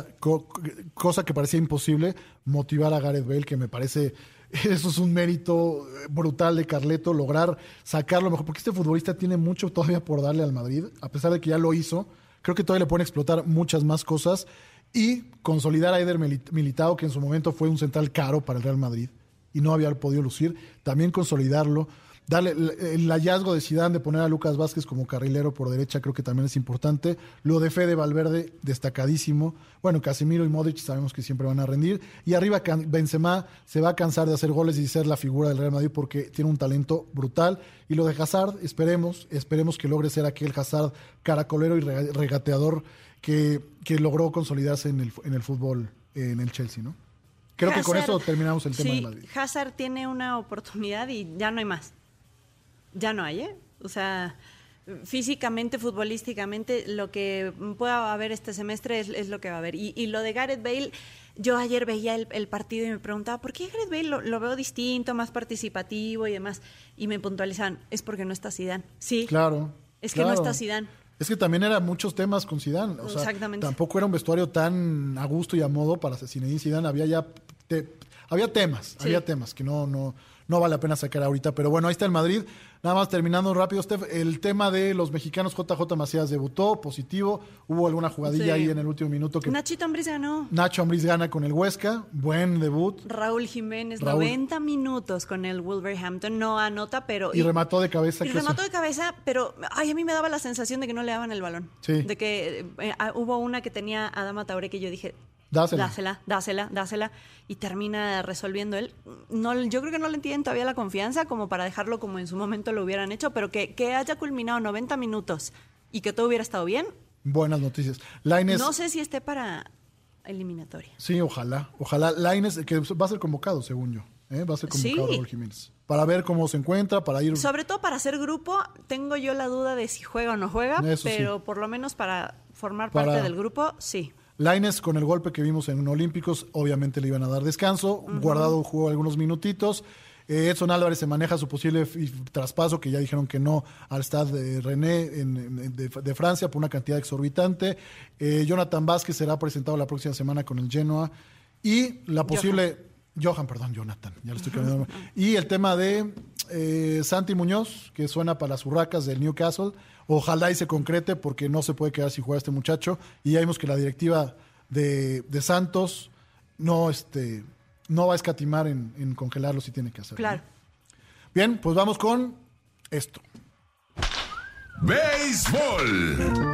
imposible, motivar a Gareth Bale, que me parece, eso es un mérito brutal de Carleto, lograr sacarlo mejor, porque este futbolista tiene mucho todavía por darle al Madrid, a pesar de que ya lo hizo. Creo que todavía le pueden explotar muchas más cosas y consolidar a Eder Militao, que en su momento fue un central caro para el Real Madrid y no había podido lucir, también consolidarlo, darle el hallazgo de Zidane de poner a Lucas Vázquez como carrilero por derecha, creo que también es importante. Lo de Fede Valverde, destacadísimo. Bueno, Casemiro y Modric sabemos que siempre van a rendir. Y arriba Benzema se va a cansar de hacer goles y ser la figura del Real Madrid porque tiene un talento brutal. Y lo de Hazard, esperemos que logre ser aquel Hazard caracolero y regateador que logró consolidarse en el fútbol en el Chelsea, ¿no? Creo que con eso terminamos el tema del Madrid. Hazard tiene una oportunidad y ya no hay más. Ya no hay, ¿eh? O sea, físicamente, futbolísticamente, lo que pueda haber este semestre es lo que va a haber. Y lo de Gareth Bale, yo ayer veía el partido y me preguntaba, ¿por qué Gareth Bale lo veo distinto, más participativo y demás? Y me puntualizan, es porque no está Zidane. Sí, claro. Es que no está Zidane. Es que también eran muchos temas con Zidane. O sea, exactamente. Tampoco era un vestuario tan a gusto y a modo para Zinedine Zidane. Había temas que no vale la pena sacar ahorita. Pero bueno, ahí está el Madrid. Nada más terminando rápido, Steph, el tema de los mexicanos. JJ Macías debutó, positivo. Hubo alguna jugadilla ahí en el último minuto. Nachito Ambriz ganó. Nacho Ambriz gana con el Huesca. Buen debut. Raúl Jiménez, 90 minutos con el Wolverhampton. No anota, pero... Y remató de cabeza. Pero a mí me daba la sensación de que no le daban el balón. Sí. De que hubo una que tenía Adama Traoré que yo dije... Dásela. Y termina resolviendo él. Yo creo que no le tienen todavía la confianza como para dejarlo como en su momento lo hubieran hecho, pero que haya culminado 90 minutos y que todo hubiera estado bien. Buenas noticias. Lainez, no sé si esté para eliminatoria. Sí, ojalá. Lainez, que va a ser convocado, según yo. Va a ser convocado Raúl Jiménez. Para ver cómo se encuentra, para ir... Sobre todo para hacer grupo, tengo yo la duda de si juega o no juega, pero por lo menos para formar parte del grupo, sí. Lainez, con el golpe que vimos en Olímpicos, obviamente le iban a dar descanso. Guardado jugó algunos minutitos. Edson Álvarez se maneja su posible traspaso, que ya dijeron que no al Stade René de Francia por una cantidad exorbitante. Jonathan Vázquez será presentado la próxima semana con el Genoa. Y la posible... Jonathan, ya le estoy cambiando. Y el tema de Santi Muñoz, que suena para las urracas del Newcastle. Ojalá y se concrete, porque no se puede quedar sin jugar este muchacho. Y ya vimos que la directiva de Santos no va a escatimar en congelarlo si tiene que hacerlo. Claro. Bien, pues vamos con esto. ¡Béisbol!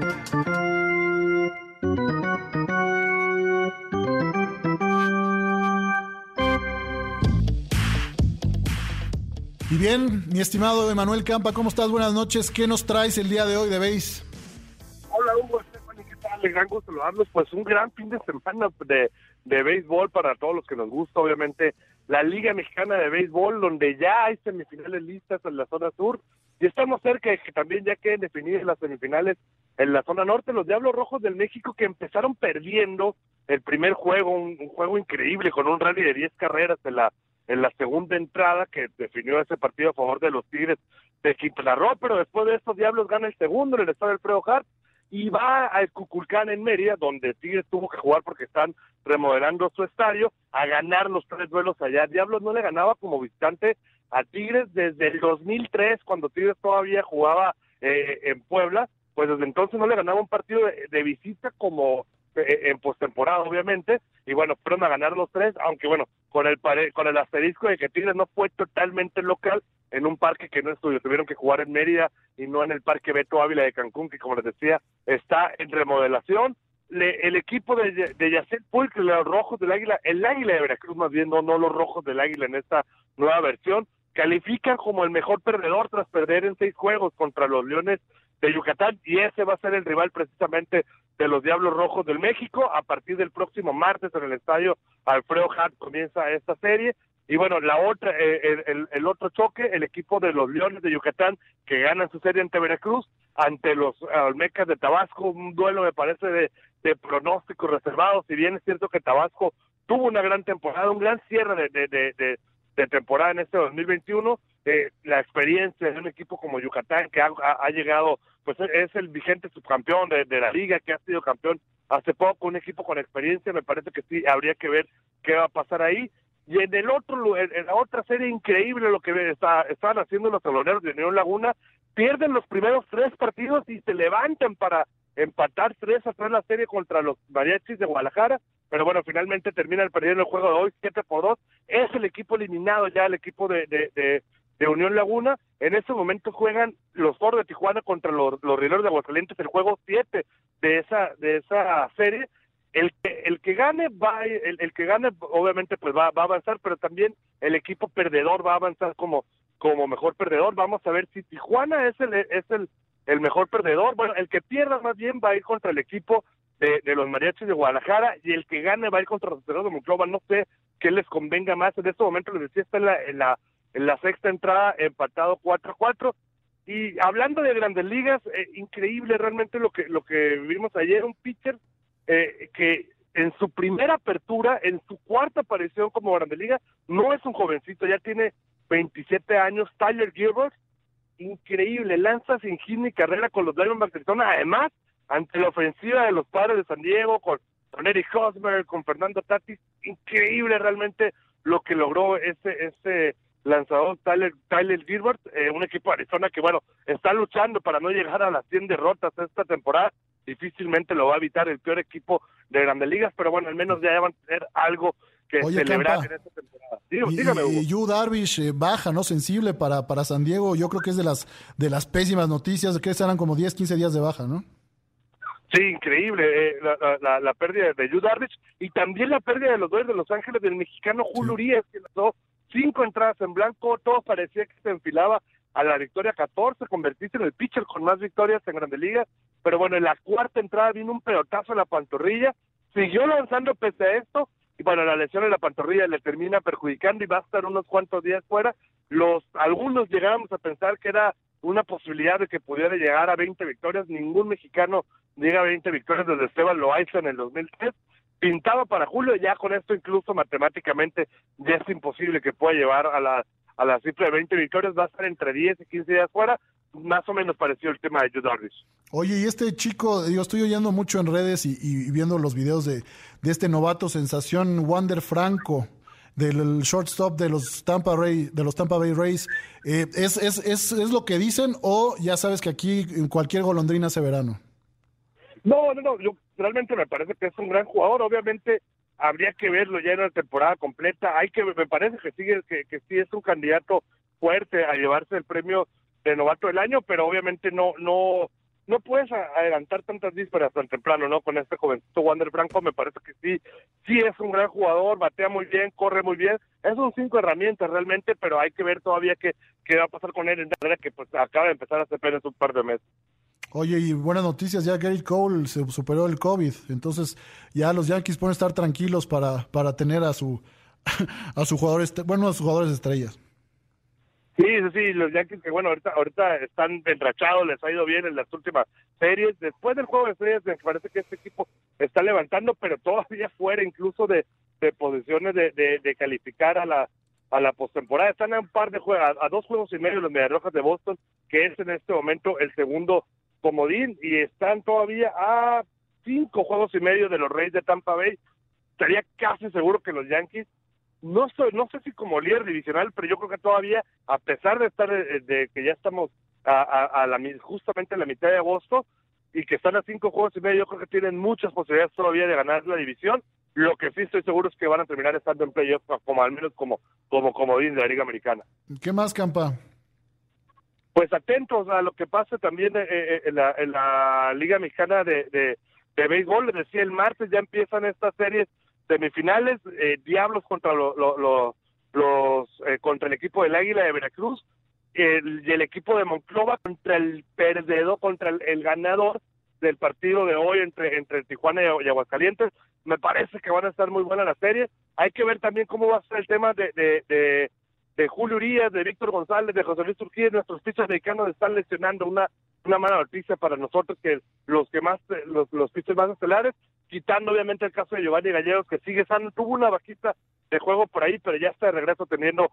Y bien, mi estimado Emanuel Campa, ¿cómo estás? Buenas noches. ¿Qué nos traes el día de hoy de béis? Hola Hugo, Stephanie, ¿qué tal? Gran gusto saludarlos. Pues un gran fin de semana de béisbol para todos los que nos gusta, obviamente, la Liga Mexicana de Béisbol, donde ya hay semifinales listas en la zona sur, y estamos cerca de que también ya queden definidas las semifinales en la zona norte. Los Diablos Rojos del México, que empezaron perdiendo el primer juego, un juego increíble, con un rally de 10 carreras en la segunda entrada, que definió ese partido a favor de los Tigres de Quintana Roo, pero después de estos Diablos gana el segundo en el estadio Alfredo Harp y va a Escuculcán en Mérida, donde Tigres tuvo que jugar porque están remodelando su estadio, a ganar los 3 duelos allá. Diablos no le ganaba como visitante a Tigres desde el 2003, cuando Tigres todavía jugaba en Puebla, pues desde entonces no le ganaba un partido de visita como en postemporada, obviamente, y bueno, fueron a ganar los 3, aunque bueno, con el asterisco de que Tigres no fue totalmente local en un parque que no es suyo, tuvieron que jugar en Mérida y no en el Parque Beto Ávila de Cancún, que como les decía, está en remodelación. El equipo de Yacel Puig, los Rojos del Águila, el Águila de Veracruz más bien, no los Rojos del Águila en esta nueva versión, califican como el mejor perdedor tras perder en 6 juegos contra los Leones de Yucatán, y ese va a ser el rival precisamente de los Diablos Rojos del México. A partir del próximo martes en el estadio Alfredo Harp comienza esta serie. Y bueno, la otra, el otro choque, el equipo de los Leones de Yucatán, que ganan su serie ante Veracruz, ante los Olmecas de Tabasco, un duelo me parece de pronósticos reservados. Si bien es cierto que Tabasco tuvo una gran temporada, un gran cierre de temporada en este 2021, la experiencia de un equipo como Yucatán, que ha llegado, pues es el vigente subcampeón de la liga, que ha sido campeón hace poco, un equipo con experiencia, me parece que sí, habría que ver qué va a pasar ahí. Y en la otra serie increíble, lo que estaban haciendo los teloneros de Unión Laguna, pierden los primeros 3 partidos y se levantan para empatar 3-3 la serie contra los Mariachis de Guadalajara, pero bueno, finalmente terminan perdiendo el juego de hoy 7-2, es el equipo eliminado ya, el equipo de Unión Laguna. En este momento juegan los Toros de Tijuana contra los Rieleros de Aguascalientes, el juego 7 de esa serie. El que gane obviamente pues va a avanzar, pero también el equipo perdedor va a avanzar como mejor perdedor. Vamos a ver si Tijuana es el mejor perdedor. Bueno, el que pierda más bien va a ir contra el equipo de los Mariachis de Guadalajara, y el que gane va a ir contra los Toros de Monclova. No sé qué les convenga más. En este momento les decía, está en la sexta entrada, empatado 4-4. Y hablando de Grandes Ligas, increíble realmente lo que vimos ayer, un pitcher que en su primera apertura, en su cuarta aparición como Grandes Ligas, no es un jovencito, ya tiene 27 años, Tyler Gilbert, increíble, lanza sin hit ni carrera con los Diamondbacks de Arizona, además, ante la ofensiva de los Padres de San Diego, con Eric Hosmer, con Fernando Tatis, increíble realmente lo que logró ese lanzador Tyler Gilbert, un equipo de Arizona que bueno, está luchando para no llegar a las 100 derrotas esta temporada. Difícilmente lo va a evitar el peor equipo de Grandes Ligas, pero bueno, al menos ya van a tener algo que celebrar en esta temporada. Dígame, Hugo. Y Yu Darvish baja, ¿no? Sensible para San Diego. Yo creo que es de las pésimas noticias, que serán como 10, 15 días de baja, ¿no? Sí, increíble la pérdida de Yu Darvish, y también la pérdida de los Dodgers de Los Ángeles del mexicano Julio Urias, que lanzó 5 entradas en blanco. Todo parecía que se enfilaba a la victoria 14, convertirse en el pitcher con más victorias en Grandes Ligas, pero bueno, en la cuarta entrada vino un pelotazo en la pantorrilla, siguió lanzando pese a esto, y bueno, la lesión en la pantorrilla le termina perjudicando y va a estar unos cuantos días fuera. Algunos llegábamos a pensar que era una posibilidad de que pudiera llegar a 20 victorias, ningún mexicano llega a 20 victorias desde Esteban Loaiza en el 2003, pintaba para Julio, ya con esto incluso matemáticamente ya es imposible que pueda llevar a la cifra de 20 victorias, va a estar entre 10 y 15 días fuera, más o menos parecido el tema de Yu Darvish. Oye, y este chico, estoy oyendo mucho en redes y viendo los videos de este novato sensación, Wander Franco, del shortstop de los Tampa Bay Rays, ¿es lo que dicen, o ya sabes que aquí en cualquier golondrina hace verano? No, yo realmente me parece que es un gran jugador. Obviamente habría que verlo ya en la temporada completa. Me parece que sí es un candidato fuerte a llevarse el premio de novato del año, pero obviamente no puedes adelantar tantas vísperas tan temprano, ¿no? Con este jovencito Wander Franco, me parece que sí es un gran jugador, batea muy bien, corre muy bien, es un 5 herramientas realmente, pero hay que ver todavía qué va a pasar con él, en manera que pues acaba de empezar hace apenas un par de meses. Oye, y buenas noticias, ya Gerrit Cole se superó el COVID, entonces ya los Yankees pueden estar tranquilos para tener a sus jugadores, a sus jugadores estrellas. Sí, los Yankees que bueno, ahorita están enrachados, les ha ido bien en las últimas series. Después del juego de estrellas me parece que este equipo está levantando, pero todavía fuera incluso de posiciones de calificar a la postemporada. Están a un par de juegos, a 2 juegos y medio los Mediarrojas de Boston, que es en este momento el segundo comodín, y están todavía a 5 juegos y medio de los Reyes de Tampa Bay. Estaría casi seguro que los Yankees, no sé si como líder divisional, pero yo creo que todavía, a pesar de estar de que ya estamos justamente en la mitad de agosto, y que están a 5 juegos y medio, yo creo que tienen muchas posibilidades todavía de ganar la división. Lo que sí estoy seguro es que van a terminar estando en playoffs, como al menos como comodín de la Liga Americana. ¿Qué más, Campa? Pues atentos a lo que pasa también en la Liga Mexicana de béisbol. Les decía, el martes ya empiezan estas series semifinales, Diablos contra contra el equipo del Águila de Veracruz, y el equipo de Monclova contra el perdedor, contra el ganador del partido de hoy entre Tijuana y Aguascalientes. Me parece que van a estar muy buenas las series. Hay que ver también cómo va a ser el tema de Julio Urias, de Víctor González, de José Luis Urquía. Nuestros pitchers mexicanos están lesionando, una mala noticia para nosotros, que los pitchers más estelares, quitando obviamente el caso de Giovanni Gallegos, que sigue sano, tuvo una bajita de juego por ahí, pero ya está de regreso teniendo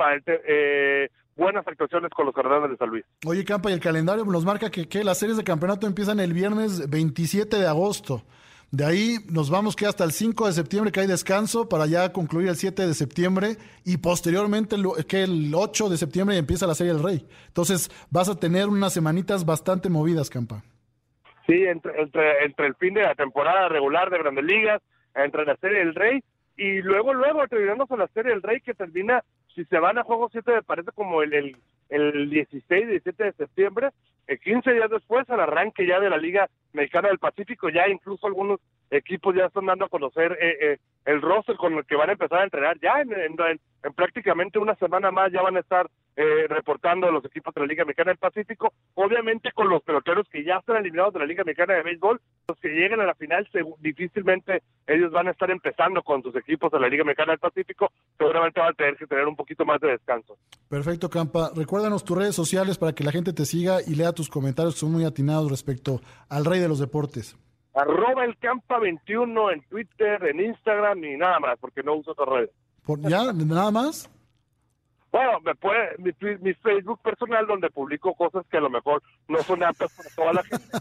buenas actuaciones con los Cardenales de San Luis. Oye, Campa, y el calendario nos marca que las series de campeonato empiezan el viernes 27 de agosto. De ahí nos vamos que hasta el 5 de septiembre, que hay descanso, para ya concluir el 7 de septiembre, y posteriormente el 8 de septiembre empieza la Serie del Rey. Entonces vas a tener unas semanitas bastante movidas, Campa. Sí, entre el fin de la temporada regular de Grandes Ligas, entre la Serie del Rey, y luego terminando con la Serie del Rey, que termina, si se van a juego 7, me parece como el 16, 17 de septiembre, 15 días después, al arranque ya de la Liga Mexicana del Pacífico. Ya incluso algunos equipos ya están dando a conocer el roster con el que van a empezar a entrenar. Ya en prácticamente una semana más ya van a estar reportando los equipos de la Liga Mexicana del Pacífico, obviamente con los peloteros que ya están eliminados de la Liga Mexicana de Béisbol. Los que lleguen a la final, difícilmente ellos van a estar empezando con sus equipos de la Liga Mexicana del Pacífico. Seguramente van a tener que tener un poquito más de descanso. Perfecto, Campa. Recuérdanos tus redes sociales para que la gente te siga y lea tus comentarios, que son muy atinados respecto al rey de los deportes. @elcampa21 en Twitter, en Instagram y nada más, porque no uso otras redes. ¿Ya? ¿Nada más? Bueno, mi Facebook personal, donde publico cosas que a lo mejor no son aptas para toda la gente.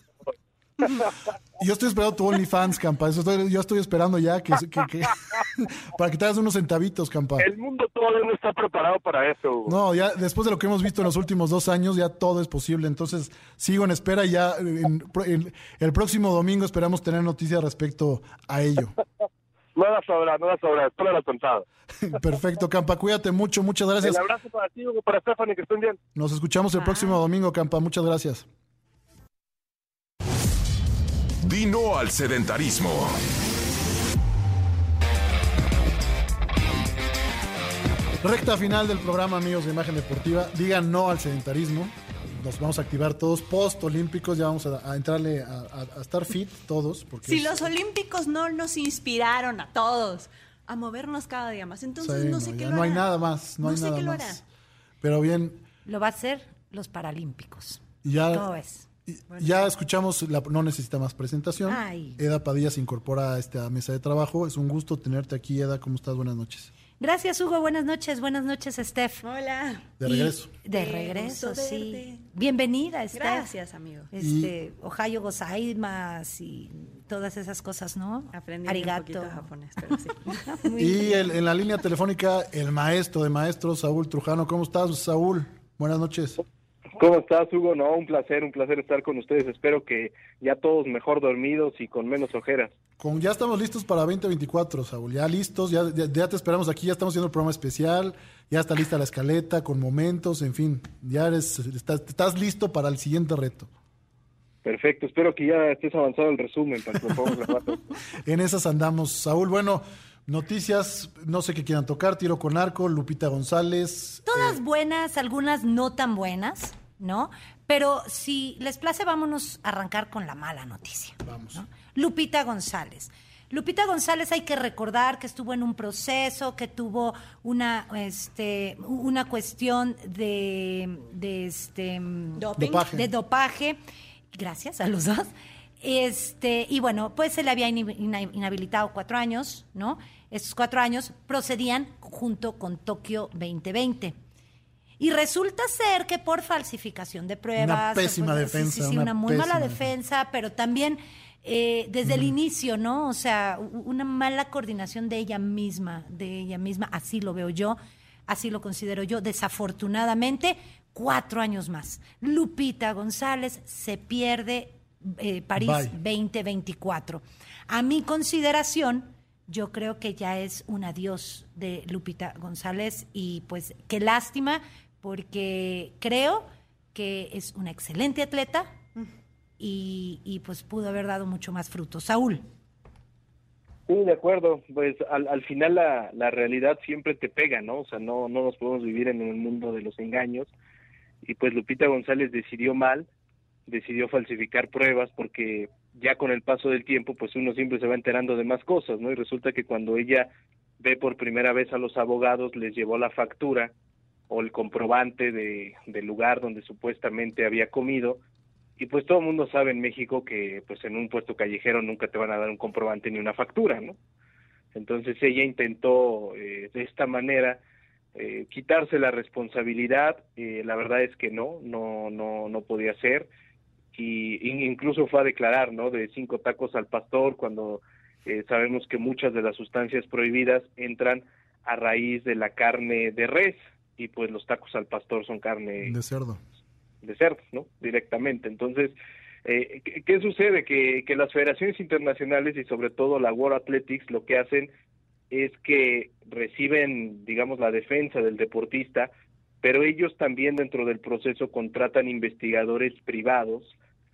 Yo estoy esperando tu OnlyFans, Campa. Yo estoy esperando ya que para que te hagas unos centavitos, Campa. El mundo todavía no está preparado para eso, Hugo. No, ya después de lo que hemos visto en los últimos 2 años, ya todo es posible. Entonces, sigo en espera y ya el próximo domingo esperamos tener noticias respecto a ello. Nada sobra, espero la contada. Perfecto, Campa, cuídate mucho, muchas gracias. Un abrazo para ti, Hugo, para Stephanie, que estén bien. Nos escuchamos el próximo domingo, Campa, muchas gracias. Di no al sedentarismo. Recta final del programa, amigos de Imagen Deportiva. Digan no al sedentarismo. Nos vamos a activar todos post-olímpicos. Ya vamos a entrarle a estar fit todos. Porque si los olímpicos no nos inspiraron a todos a movernos cada día más, entonces sí, no sé qué lo hará. No hay nada más. No hay sé nada qué lo más. hará. Pero bien. Lo va a hacer los Paralímpicos. Ya, ¿cómo ves? Ya escuchamos, no necesita más presentación. Ay. Eda Padilla se incorpora a esta mesa de trabajo. Es un gusto tenerte aquí, Eda. ¿Cómo estás? Buenas noches. Gracias, Hugo. Buenas noches, Steph. Hola. De regreso. De regreso, sí. Bienvenida, Steph. Gracias, amigo. Ohio gozaimasu y todas esas cosas, ¿no? Aprendí Arigato. un poquito de japonés, pero sí. Y en la línea telefónica, el maestro de maestros, Saúl Trujano. ¿Cómo estás, Saúl? Buenas noches. ¿Cómo estás, Hugo? No, un placer estar con ustedes. Espero que ya todos mejor dormidos y con menos ojeras. Ya estamos listos para 2024, Saúl. Ya listos, ya te esperamos aquí. Ya estamos haciendo el programa especial. Ya está lista la escaleta con momentos, en fin. Ya estás listo para el siguiente reto. Perfecto. Espero que ya estés avanzado el resumen para que lo podamos grabar. En esas andamos, Saúl. Bueno, noticias, no sé qué quieran tocar. Tiro con arco, Lupita González. Todas buenas, algunas no tan buenas, ¿no? Pero si les place, vámonos a arrancar con la mala noticia. Vamos. ¿No? Lupita González. Lupita González, hay que recordar que estuvo en un proceso, que tuvo una cuestión de dopaje. Gracias a los dos. Y bueno, pues se le había inhabilitado 4 años, ¿no? Estos 4 años procedían junto con Tokio 2020. Y resulta ser que por falsificación de pruebas... Una pésima defensa. Sí, una muy mala defensa, pero también desde el inicio, ¿no? O sea, una mala coordinación de ella misma, así lo veo yo, así lo considero yo. Desafortunadamente, 4 años más. Lupita González se pierde París Bye. 2024. A mi consideración, yo creo que ya es un adiós de Lupita González y pues qué lástima, porque creo que es una excelente atleta y pues pudo haber dado mucho más fruto. Saúl. Sí, de acuerdo. Pues al final la realidad siempre te pega, ¿no? O sea, no nos podemos vivir en el mundo de los engaños. Y pues Lupita González decidió mal, decidió falsificar pruebas porque ya con el paso del tiempo pues uno siempre se va enterando de más cosas, ¿no? Y resulta que cuando ella ve por primera vez a los abogados, les llevó la factura o el comprobante del lugar donde supuestamente había comido, y pues todo el mundo sabe en México que pues en un puesto callejero nunca te van a dar un comprobante ni una factura, ¿no? Entonces ella intentó de esta manera quitarse la responsabilidad. La verdad es que no podía ser, y incluso fue a declarar, ¿no? De 5 tacos al pastor, cuando sabemos que muchas de las sustancias prohibidas entran a raíz de la carne de res, y pues los tacos al pastor son carne De cerdo, ¿no? Directamente. Entonces, ¿qué sucede? Que las federaciones internacionales y sobre todo la World Athletics lo que hacen es que reciben, digamos, la defensa del deportista, pero ellos también dentro del proceso contratan investigadores privados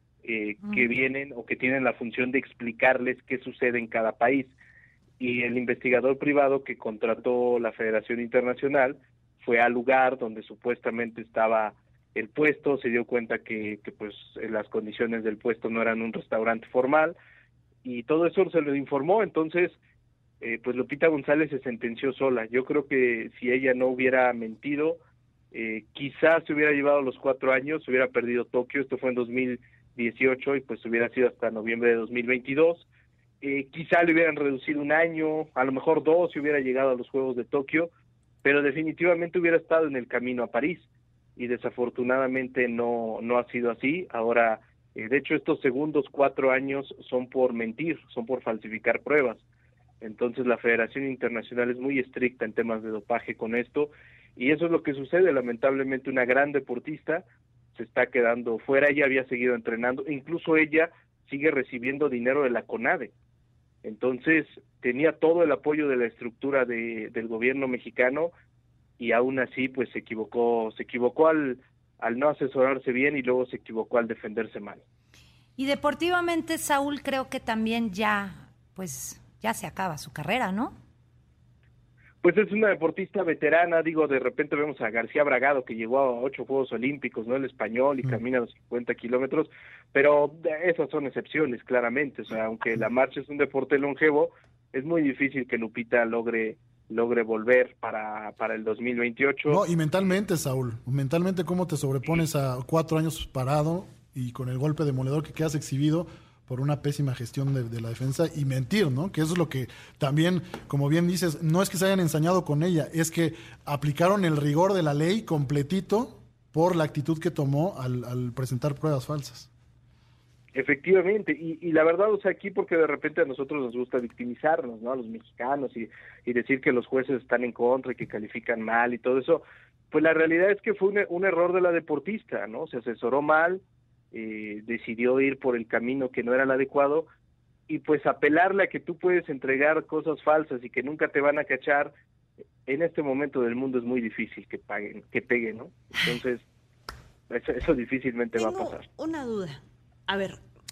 que vienen o que tienen la función de explicarles qué sucede en cada país. Y el investigador privado que contrató la Federación Internacional fue al lugar donde supuestamente estaba el puesto, se dio cuenta que pues las condiciones del puesto no eran un restaurante formal, y todo eso se lo informó. Entonces pues Lupita González se sentenció sola. Yo creo que si ella no hubiera mentido, quizás se hubiera llevado los 4 años, se hubiera perdido Tokio. Esto fue en 2018 y pues hubiera sido hasta noviembre de 2022. Quizá le hubieran reducido 1 año, a lo mejor 2 si hubiera llegado a los Juegos de Tokio, pero definitivamente hubiera estado en el camino a París, y desafortunadamente no ha sido así. Ahora, de hecho, estos segundos 4 años son por mentir, son por falsificar pruebas. Entonces la Federación Internacional es muy estricta en temas de dopaje con esto, y eso es lo que sucede. Lamentablemente una gran deportista se está quedando fuera. Ella había seguido entrenando, incluso ella sigue recibiendo dinero de la CONADE. Entonces tenía todo el apoyo de la estructura del gobierno mexicano, y aún así pues se equivocó al no asesorarse bien, y luego se equivocó al defenderse mal. Y deportivamente, Saúl, creo que también ya se acaba su carrera, ¿no? Pues es una deportista veterana. Digo, de repente vemos a García Bragado, que llegó a 8 Juegos Olímpicos, ¿no? El español, y camina los 50 kilómetros, pero esas son excepciones, claramente. O sea, aunque la marcha es un deporte longevo, es muy difícil que Lupita logre volver para el 2028. No, y mentalmente, Saúl, mentalmente, ¿cómo te sobrepones a 4 años parado y con el golpe demoledor que quedas exhibido por una pésima gestión de la defensa y mentir, ¿no? Que eso es lo que también, como bien dices, no es que se hayan ensañado con ella, es que aplicaron el rigor de la ley completito por la actitud que tomó al presentar pruebas falsas. Efectivamente, y la verdad, o sea, aquí porque de repente a nosotros nos gusta victimizarnos, ¿no? A los mexicanos, y decir que los jueces están en contra y que califican mal y todo eso, pues la realidad es que fue un error de la deportista, ¿no? Se asesoró mal, decidió ir por el camino que no era el adecuado, y pues apelarle a que tú puedes entregar cosas falsas y que nunca te van a cachar, en este momento del mundo es muy difícil que pegue, ¿no? Entonces, eso difícilmente va a pasar. Una duda. A ver,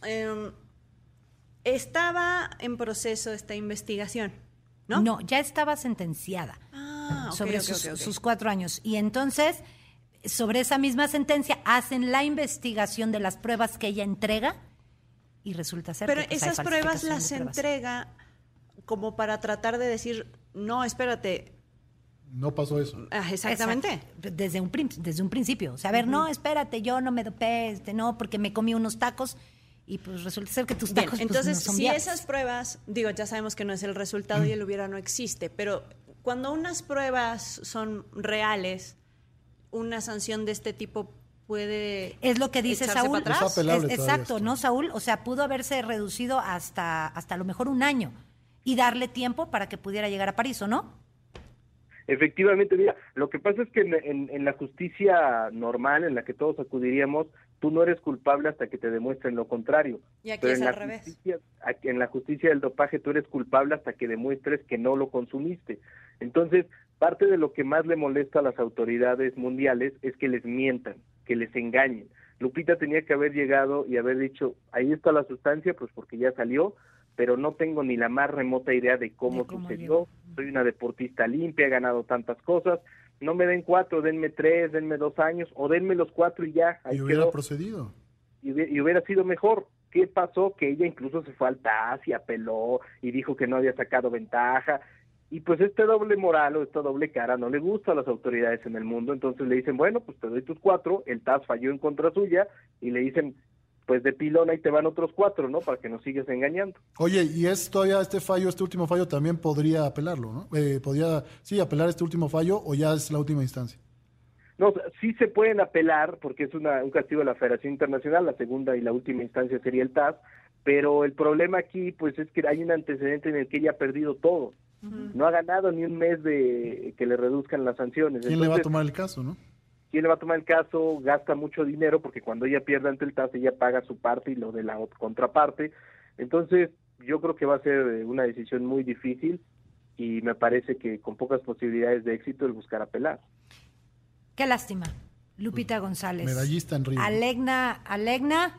estaba en proceso esta investigación, ¿no? No, ya estaba sentenciada sobre sus 4 años. Y entonces, sobre esa misma sentencia, hacen la investigación de las pruebas que ella entrega y resulta ser Pero que pues, esas pruebas las entrega como para tratar de decir, no, espérate. No pasó eso. Exactamente. Exacto. Desde un principio. O sea, a ver, no, espérate, yo no me dopé, no, porque me comí unos tacos y pues resulta ser que tus tacos Bien, entonces, pues, no son si viables. esas pruebas, digo, ya sabemos que no es el resultado y el hubiera no existe, pero cuando unas pruebas son reales, una sanción de este tipo puede es lo que dice Saúl. Es apelable exacto, ¿no, Saúl? O sea, pudo haberse reducido hasta a lo mejor 1 año y darle tiempo para que pudiera llegar a París, ¿o no? Efectivamente, mira, lo que pasa es que en la justicia normal, en la que todos acudiríamos, tú no eres culpable hasta que te demuestren lo contrario. Y aquí Pero es en al la revés. en la justicia del dopaje tú eres culpable hasta que demuestres que no lo consumiste. Entonces, parte de lo que más le molesta a las autoridades mundiales es que les mientan, que les engañen. Lupita tenía que haber llegado y haber dicho, ahí está la sustancia, pues porque ya salió, pero no tengo ni la más remota idea de cómo sucedió. Soy una deportista limpia, he ganado tantas cosas. No me den 4, denme 3, denme 2 años, o denme los 4 y ya. Ahí Y hubiera quedó. procedido. Y hubiera sido mejor. ¿Qué pasó? Que ella incluso se fue al TAS y apeló y dijo que no había sacado ventaja. Y pues este doble moral o esta doble cara no le gusta a las autoridades en el mundo. Entonces le dicen, bueno, pues te doy tus 4, el TAS falló en contra suya, y le dicen, pues de pilón ahí te van otros 4, ¿no? Para que nos sigas engañando. Oye, y es todavía este último fallo también podría apelarlo, ¿no? Podría, sí, apelar este último fallo, o ya es la última instancia. No, sí se pueden apelar porque es un castigo de la Federación Internacional, la segunda y la última instancia sería el TAS, pero el problema aquí pues es que hay un antecedente en el que ella ha perdido todo. No ha ganado ni un mes de que le reduzcan las sanciones. ¿Quién le va a tomar el caso, no? ¿Quién le va a tomar el caso? Gasta mucho dinero porque cuando ella pierde ante el TAS, ella paga su parte y lo de la contraparte. Entonces, yo creo que va a ser una decisión muy difícil y me parece que con pocas posibilidades de éxito el buscar apelar. Qué lástima. Lupita González. Medallista en Río. Alegna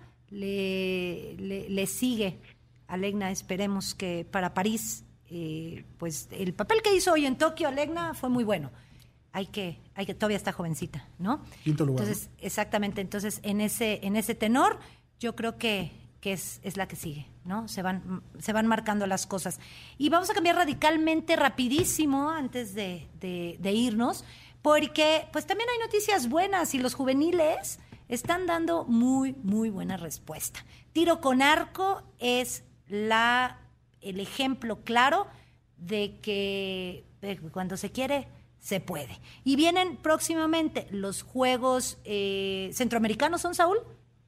le sigue. Alegna, esperemos que para París, pues el papel que hizo hoy en Tokio, Alegna, fue muy bueno. Hay que todavía está jovencita, ¿no? Quinto lugar. Entonces, exactamente. Entonces, en ese tenor, yo creo que es la que sigue, ¿no? Se van marcando las cosas. Y vamos a cambiar radicalmente, rapidísimo, antes de irnos, porque pues también hay noticias buenas y los juveniles están dando muy, muy buena respuesta. Tiro con arco es el ejemplo claro de que cuando se quiere, se puede. Y vienen próximamente los Juegos Centroamericanos, ¿son, Saúl?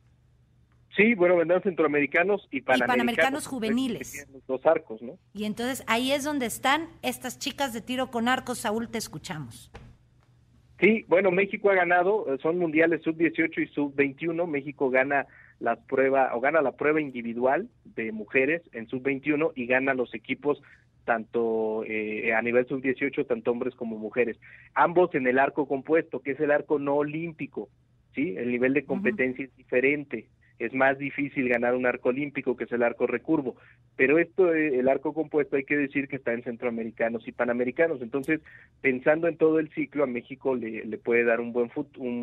Sí, bueno, vendrán centroamericanos y panamericanos juveniles. Los 2 arcos, ¿no? Y entonces ahí es donde están estas chicas de tiro con arco. Saúl, te escuchamos. Sí, bueno, México ha ganado, son mundiales sub-18 y sub-21. México gana la prueba individual de mujeres en sub-21 y gana los equipos tanto a nivel sub-18, tanto hombres como mujeres. Ambos en el arco compuesto, que es el arco no olímpico, ¿sí? El nivel de competencia es diferente. Es más difícil ganar un arco olímpico que es el arco recurvo, pero el arco compuesto hay que decir que está en centroamericanos y panamericanos. Entonces, pensando en todo el ciclo, a México le puede dar un buen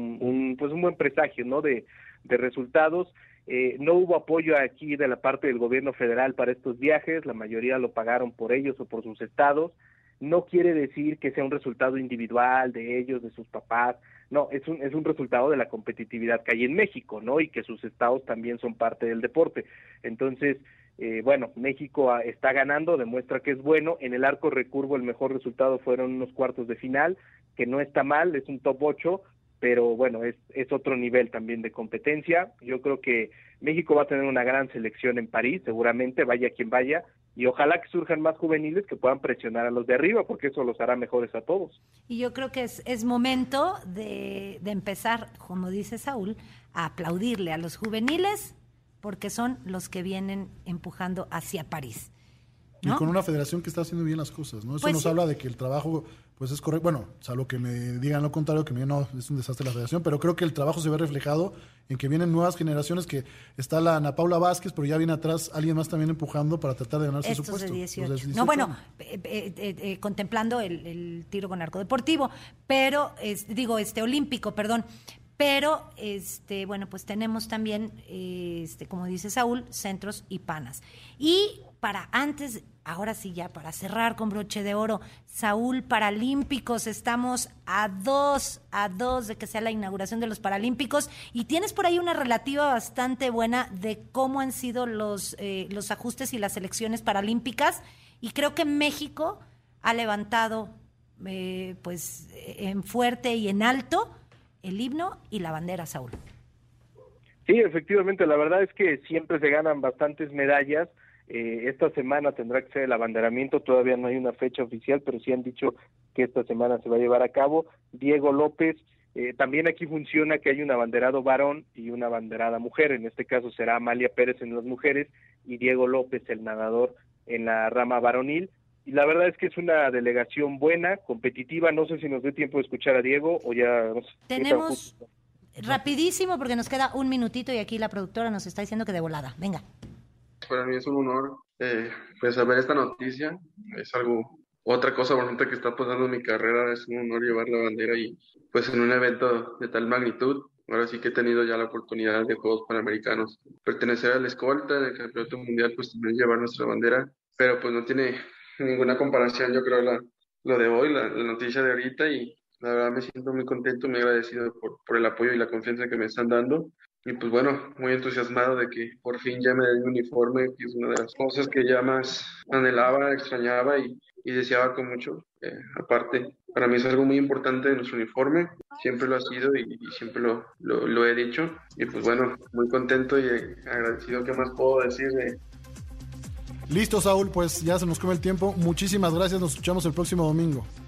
un buen presagio, ¿no? de resultados. No hubo apoyo aquí de la parte del gobierno federal para estos viajes, la mayoría lo pagaron por ellos o por sus estados. No quiere decir que sea un resultado individual de ellos, de sus papás. No, es un resultado de la competitividad que hay en México, ¿no? Y que sus estados también son parte del deporte. Entonces, bueno, México está ganando, demuestra que es bueno. En el arco recurvo el mejor resultado fueron unos cuartos de final, que no está mal, es un top 8, pero bueno, es otro nivel también de competencia. Yo creo que México va a tener una gran selección en París, seguramente, vaya quien vaya, y ojalá que surjan más juveniles que puedan presionar a los de arriba, porque eso los hará mejores a todos. Y yo creo que es momento de empezar, como dice Saúl, a aplaudirle a los juveniles, porque son los que vienen empujando hacia París, ¿no? Y con una federación que está haciendo bien las cosas, ¿no? Eso pues nos sí. habla de que el trabajo pues es correcto. Bueno, salvo que me digan lo contrario, que no, es un desastre la federación, pero creo que el trabajo se ve reflejado en que vienen nuevas generaciones, que está la Ana Paula Vázquez, pero ya viene atrás alguien más también empujando para tratar de ganarse su Estos puesto. de 18. Los de 18. No, bueno, contemplando el tiro con arco deportivo, pero, olímpico, perdón. Pero, bueno, pues tenemos también, como dice Saúl, centros y panas. Y ahora sí ya, para cerrar con broche de oro, Saúl, Paralímpicos, estamos a dos de que sea la inauguración de los Paralímpicos, y tienes por ahí una relativa bastante buena de cómo han sido los ajustes y las elecciones paralímpicas, y creo que México ha levantado, pues, en fuerte y en alto el himno y la bandera, Saúl. Sí, efectivamente, la verdad es que siempre se ganan bastantes medallas. Esta semana tendrá que ser el abanderamiento, todavía no hay una fecha oficial, pero sí han dicho que esta semana se va a llevar a cabo. Diego López También aquí funciona que hay un abanderado varón y una abanderada mujer. En este caso será Amalia Pérez en las mujeres y Diego López, el nadador, en la rama varonil. Y la verdad es que es una delegación buena, competitiva. No sé si nos dé tiempo de escuchar a Diego o ya... No sé, tenemos rapidísimo porque nos queda un minutito y aquí la productora nos está diciendo que de volada. Venga. Para mí es un honor pues saber esta noticia. Es algo, otra cosa bonita que está pasando en mi carrera. Es un honor llevar la bandera y pues en un evento de tal magnitud. Ahora sí que he tenido ya la oportunidad de Juegos Panamericanos pertenecer a la escolta, en el Campeonato Mundial pues también llevar nuestra bandera, pero pues no tiene ninguna comparación, yo creo, lo de hoy, la noticia de ahorita, y la verdad me siento muy contento, muy agradecido por el apoyo y la confianza que me están dando. Y pues bueno, muy entusiasmado de que por fin ya me den mi uniforme, que es una de las cosas que ya más anhelaba, extrañaba y deseaba con mucho. Aparte, para mí es algo muy importante de nuestro uniforme, siempre lo ha sido y siempre lo he dicho. Y pues bueno, muy contento y agradecido. ¿Qué más puedo decir? Listo, Saúl, pues ya se nos come el tiempo. Muchísimas gracias, nos escuchamos el próximo domingo.